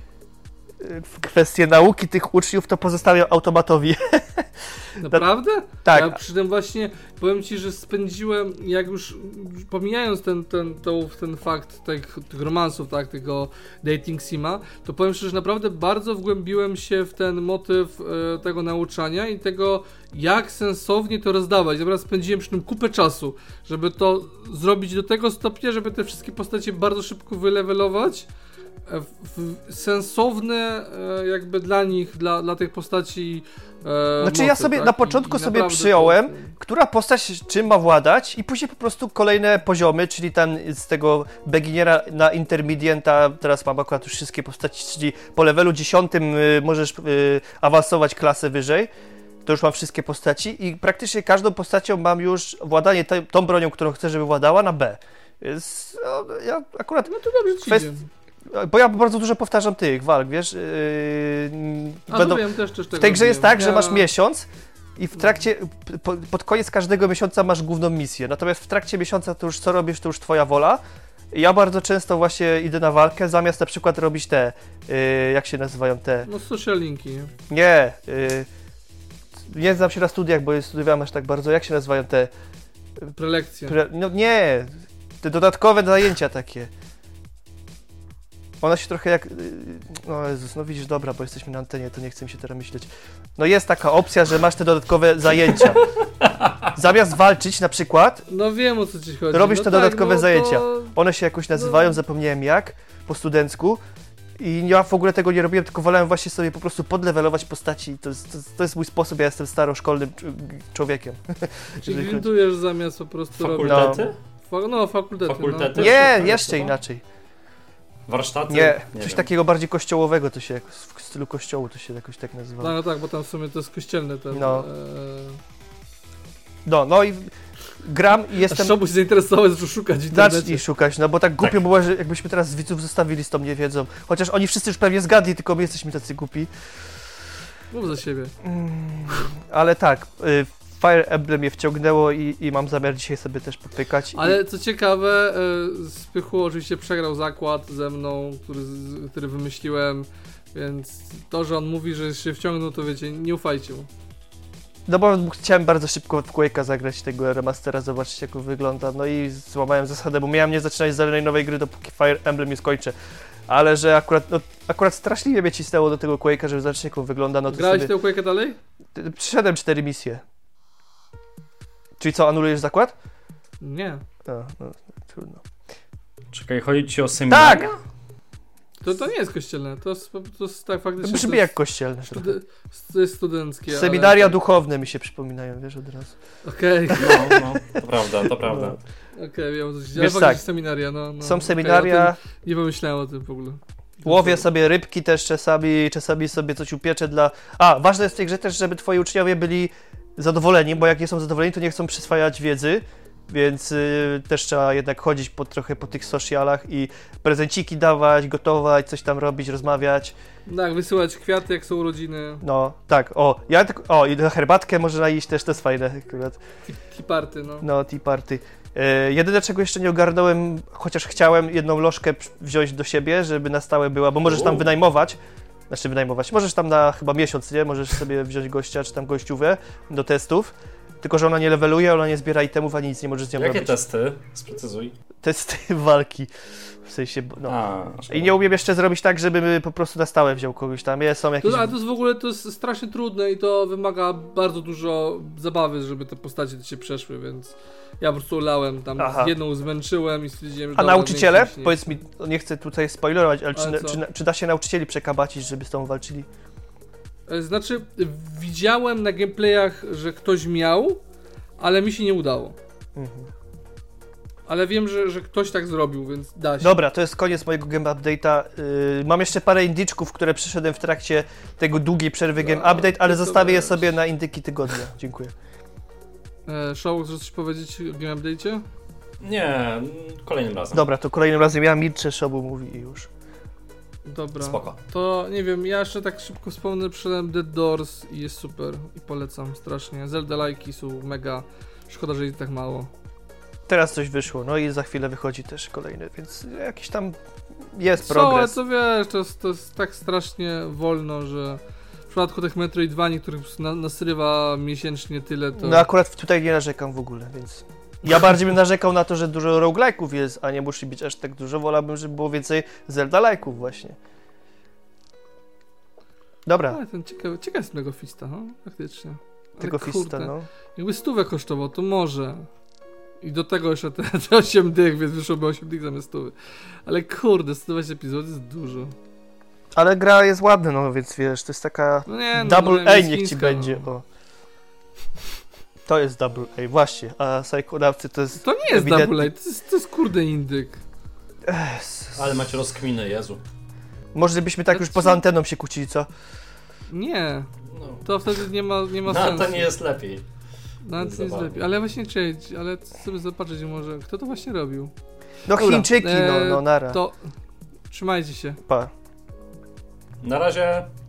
kwestie nauki tych uczniów to pozostawiam automatowi. Naprawdę? Tak. Ja przy tym właśnie powiem ci, że spędziłem, jak już pomijając ten, ten, ten, ten fakt tych, tych romansów, tak, tego dating sima, to powiem szczerze, że naprawdę bardzo wgłębiłem się w ten motyw e, tego nauczania i tego, jak sensownie to rozdawać. Naprawdę spędziłem przy tym kupę czasu, żeby to zrobić do tego stopnia, żeby te wszystkie postacie bardzo szybko wylewelować. W sensowne jakby dla nich, dla, dla tych postaci e, Znaczy mocy, ja sobie tak? na początku I, i sobie przyjąłem, to... która postać czym ma władać i później po prostu kolejne poziomy, czyli ten z tego beginnera na intermedienta, teraz mam akurat już wszystkie postaci, czyli po levelu dziesiątym y, możesz y, awansować klasę wyżej. To już mam wszystkie postaci i praktycznie każdą postacią mam już władanie te, tą bronią, którą chcę, żeby władała, na B. Więc no, ja akurat... No to dobrze ci kwest... idzie. Bo ja bardzo dużo powtarzam tych walk, wiesz? Yy, A będą... wiem, też, też w tej grze jest tak, ja... że masz miesiąc i w trakcie, po, pod koniec każdego miesiąca masz główną misję. Natomiast w trakcie miesiąca to już co robisz, to już twoja wola. Ja bardzo często właśnie idę na walkę, zamiast na przykład robić te, yy, jak się nazywają te... No social linki, nie? Nie, yy, nie znam się na studiach, bo studiowałem aż tak bardzo, jak się nazywają te... Prelekcje. Pre... No nie, te dodatkowe zajęcia takie. Ona się trochę jak... No Jezus, no widzisz, dobra, bo jesteśmy na antenie, to nie chcę mi się teraz myśleć. No jest taka opcja, że masz te dodatkowe zajęcia. Zamiast walczyć na przykład... No wiem, o co ci chodzi. Robisz no te tak, dodatkowe no zajęcia. to... One się jakoś nazywają, no. zapomniałem jak, po studencku. I ja w ogóle tego nie robiłem, tylko wolałem właśnie sobie po prostu podlewelować postaci. To jest, to, to jest mój sposób, ja jestem staroszkolnym człowiekiem. Czyli grindujesz zamiast po prostu fakultety? robić... Fa no, fakultety. Fakultety? No. Nie, jeszcze inaczej. Warsztaty? Nie, nie coś wiem. takiego bardziej kościołowego, to się w stylu kościołu to się jakoś tak nazywa. No, no tak, bo tam w sumie to jest kościelne. Ten, No. E... No, no i gram i jestem... Aż Szobuś zainteresował, zaczął szukać w internecie. Zacznij szukać, no bo tak głupio Tak. było, że jakbyśmy teraz z widzów zostawili z tą niewiedzą. Chociaż oni wszyscy już pewnie zgadli, tylko my jesteśmy tacy głupi. Mów za siebie. Mm, ale tak, y, Fire Emblem mnie wciągnęło i, i mam zamiar dzisiaj sobie też popykać. Ale i... co ciekawe, e, Spychu oczywiście przegrał zakład ze mną, który, który wymyśliłem, więc to, że on mówi, że się wciągnął, to wiecie, nie ufajcie mu. No bo chciałem bardzo szybko w Quake'a zagrać tego remastera, zobaczyć jak on wygląda, no i złamałem zasadę, bo miałem nie zaczynać żadnej nowej gry, dopóki Fire Emblem nie skończę. Ale że akurat, no, akurat straszliwie mnie cisnęło do tego Quake'a, żeby zobaczyć jak on wygląda, no to Grałeś sobie... tego Quake'a dalej? Przyszedłem cztery misje. Czyli co, anulujesz zakład? Nie. A, no, trudno. Czekaj, chodzi ci o seminarium? Tak! To, to nie jest kościelne, to jest, to jest tak To faktycznie... brzmi to jak jest, kościelne. studi- to jest studenckie. Seminaria ale... duchowne mi się przypominają, wiesz, od razu. Okej, okay. No, no, to prawda, to prawda. No. okej, okay, wiem co ci Wiesz, ale tak. seminaria, no, no. Są okay, seminaria, o tym nie pomyślałem o tym w ogóle. łowię sobie rybki też czasami, czasami sobie coś upieczę dla... A, ważne jest w tej grze też, żeby twoi uczniowie byli zadowoleni, bo jak nie są zadowoleni, to nie chcą przyswajać wiedzy, więc y, też trzeba jednak chodzić po, trochę po tych socialach i prezenciki dawać, gotować, coś tam robić, rozmawiać. Tak, wysyłać kwiaty, jak są urodziny. No, tak, o, ja tak, o, i na herbatkę można iść też, to jest fajne akurat. Tea party, no. No, tea party. E, jedyne, czego jeszcze nie ogarnąłem, chociaż chciałem jedną lożkę wziąć do siebie, żeby na stałe była, bo możesz tam wynajmować, znaczy wynajmować, możesz tam na chyba miesiąc, nie? Możesz sobie wziąć gościa, czy tam gościówę do testów. tylko że ona nie leveluje, ona nie zbiera itemów, ani nic nie możesz z nią Jakie robić. testy? Sprecyzuj. Testy walki. W sensie, no. A, I nie umiem jeszcze zrobić tak, żeby po prostu na stałe wziął kogoś tam. Jest, są jakieś... To, ale to jest w ogóle to jest strasznie trudne i to wymaga bardzo dużo zabawy, żeby te postacie do ciebie przeszły, więc ja po prostu lałem tam, Aha. jedną zmęczyłem i stwierdziłem, że A dobra, nauczyciele? więcej niż- Powiedz mi, nie chcę tutaj spoilerować, ale, Ale czy, co? czy, czy da się nauczycieli przekabacić, żeby z tobą walczyli? E, Znaczy, widziałem na gameplayach, że ktoś miał, ale mi się nie udało. Mhm. Ale wiem, że, że ktoś tak zrobił, więc da się. Dobra, to jest koniec mojego game update'a. Yy, mam jeszcze parę indyczków, które przyszedłem w trakcie tego długiej przerwy game A, update, ale to zostawię je wiesz. sobie na indyki tygodnia. Dziękuję. E, Show, chcesz coś powiedzieć o game update'cie? nie, kolejnym razem. Dobra, to kolejnym razem ja milczę, Szobu mówi i już. Dobra. Spoko. To nie wiem, ja jeszcze tak szybko wspomnę, przyszedłem Dead Doors i jest super i polecam strasznie. Zelda lajki są mega. Szkoda, że jest tak mało. Teraz coś wyszło, no i za chwilę wychodzi też kolejny, więc jakiś tam jest Co, ale progres. to wiesz, to jest, to jest tak strasznie wolno, że w przypadku tych Metroidvanii, których na, nasrywa miesięcznie tyle, to... No akurat tutaj nie narzekam w ogóle, więc... Ja bardziej bym narzekał na to, że dużo roguelike'ów jest, a nie musi być aż tak dużo. Wolałbym, żeby było więcej Zelda-like'ów właśnie. Dobra, Ale ten ciekawy, ciekawy jest tego Fista, no, faktycznie. Ale tylko kurde, Fista, no. Jakby stówę kosztował, to może. I do tego jeszcze te, te osiem dych, więc wyszłoby osiem dych zamiast stówy. Ale kurde, sto dwadzieścia epizodów jest dużo. Ale gra jest ładna, no więc wiesz, to jest taka... No nie, no, Double no, A jest niech ci chińska, będzie, no. o. To jest Double A, właśnie, a Psychonauty to jest... To nie jest ewidentnie- Double A, to jest, to jest kurde indyk. Ech, Ale macie rozkminy, Jezu. Może byśmy tak już poza anteną się kłócili, co? Nie, No. to wtedy nie ma, nie ma No sensu. to nie jest lepiej. No, to jest zabawne. lepiej. Ale właśnie czekaj, ale sobie zobaczyć może, kto to właśnie robił. No Dobra, Chińczyki, no, e, no nara. To trzymajcie się. Pa. Na razie.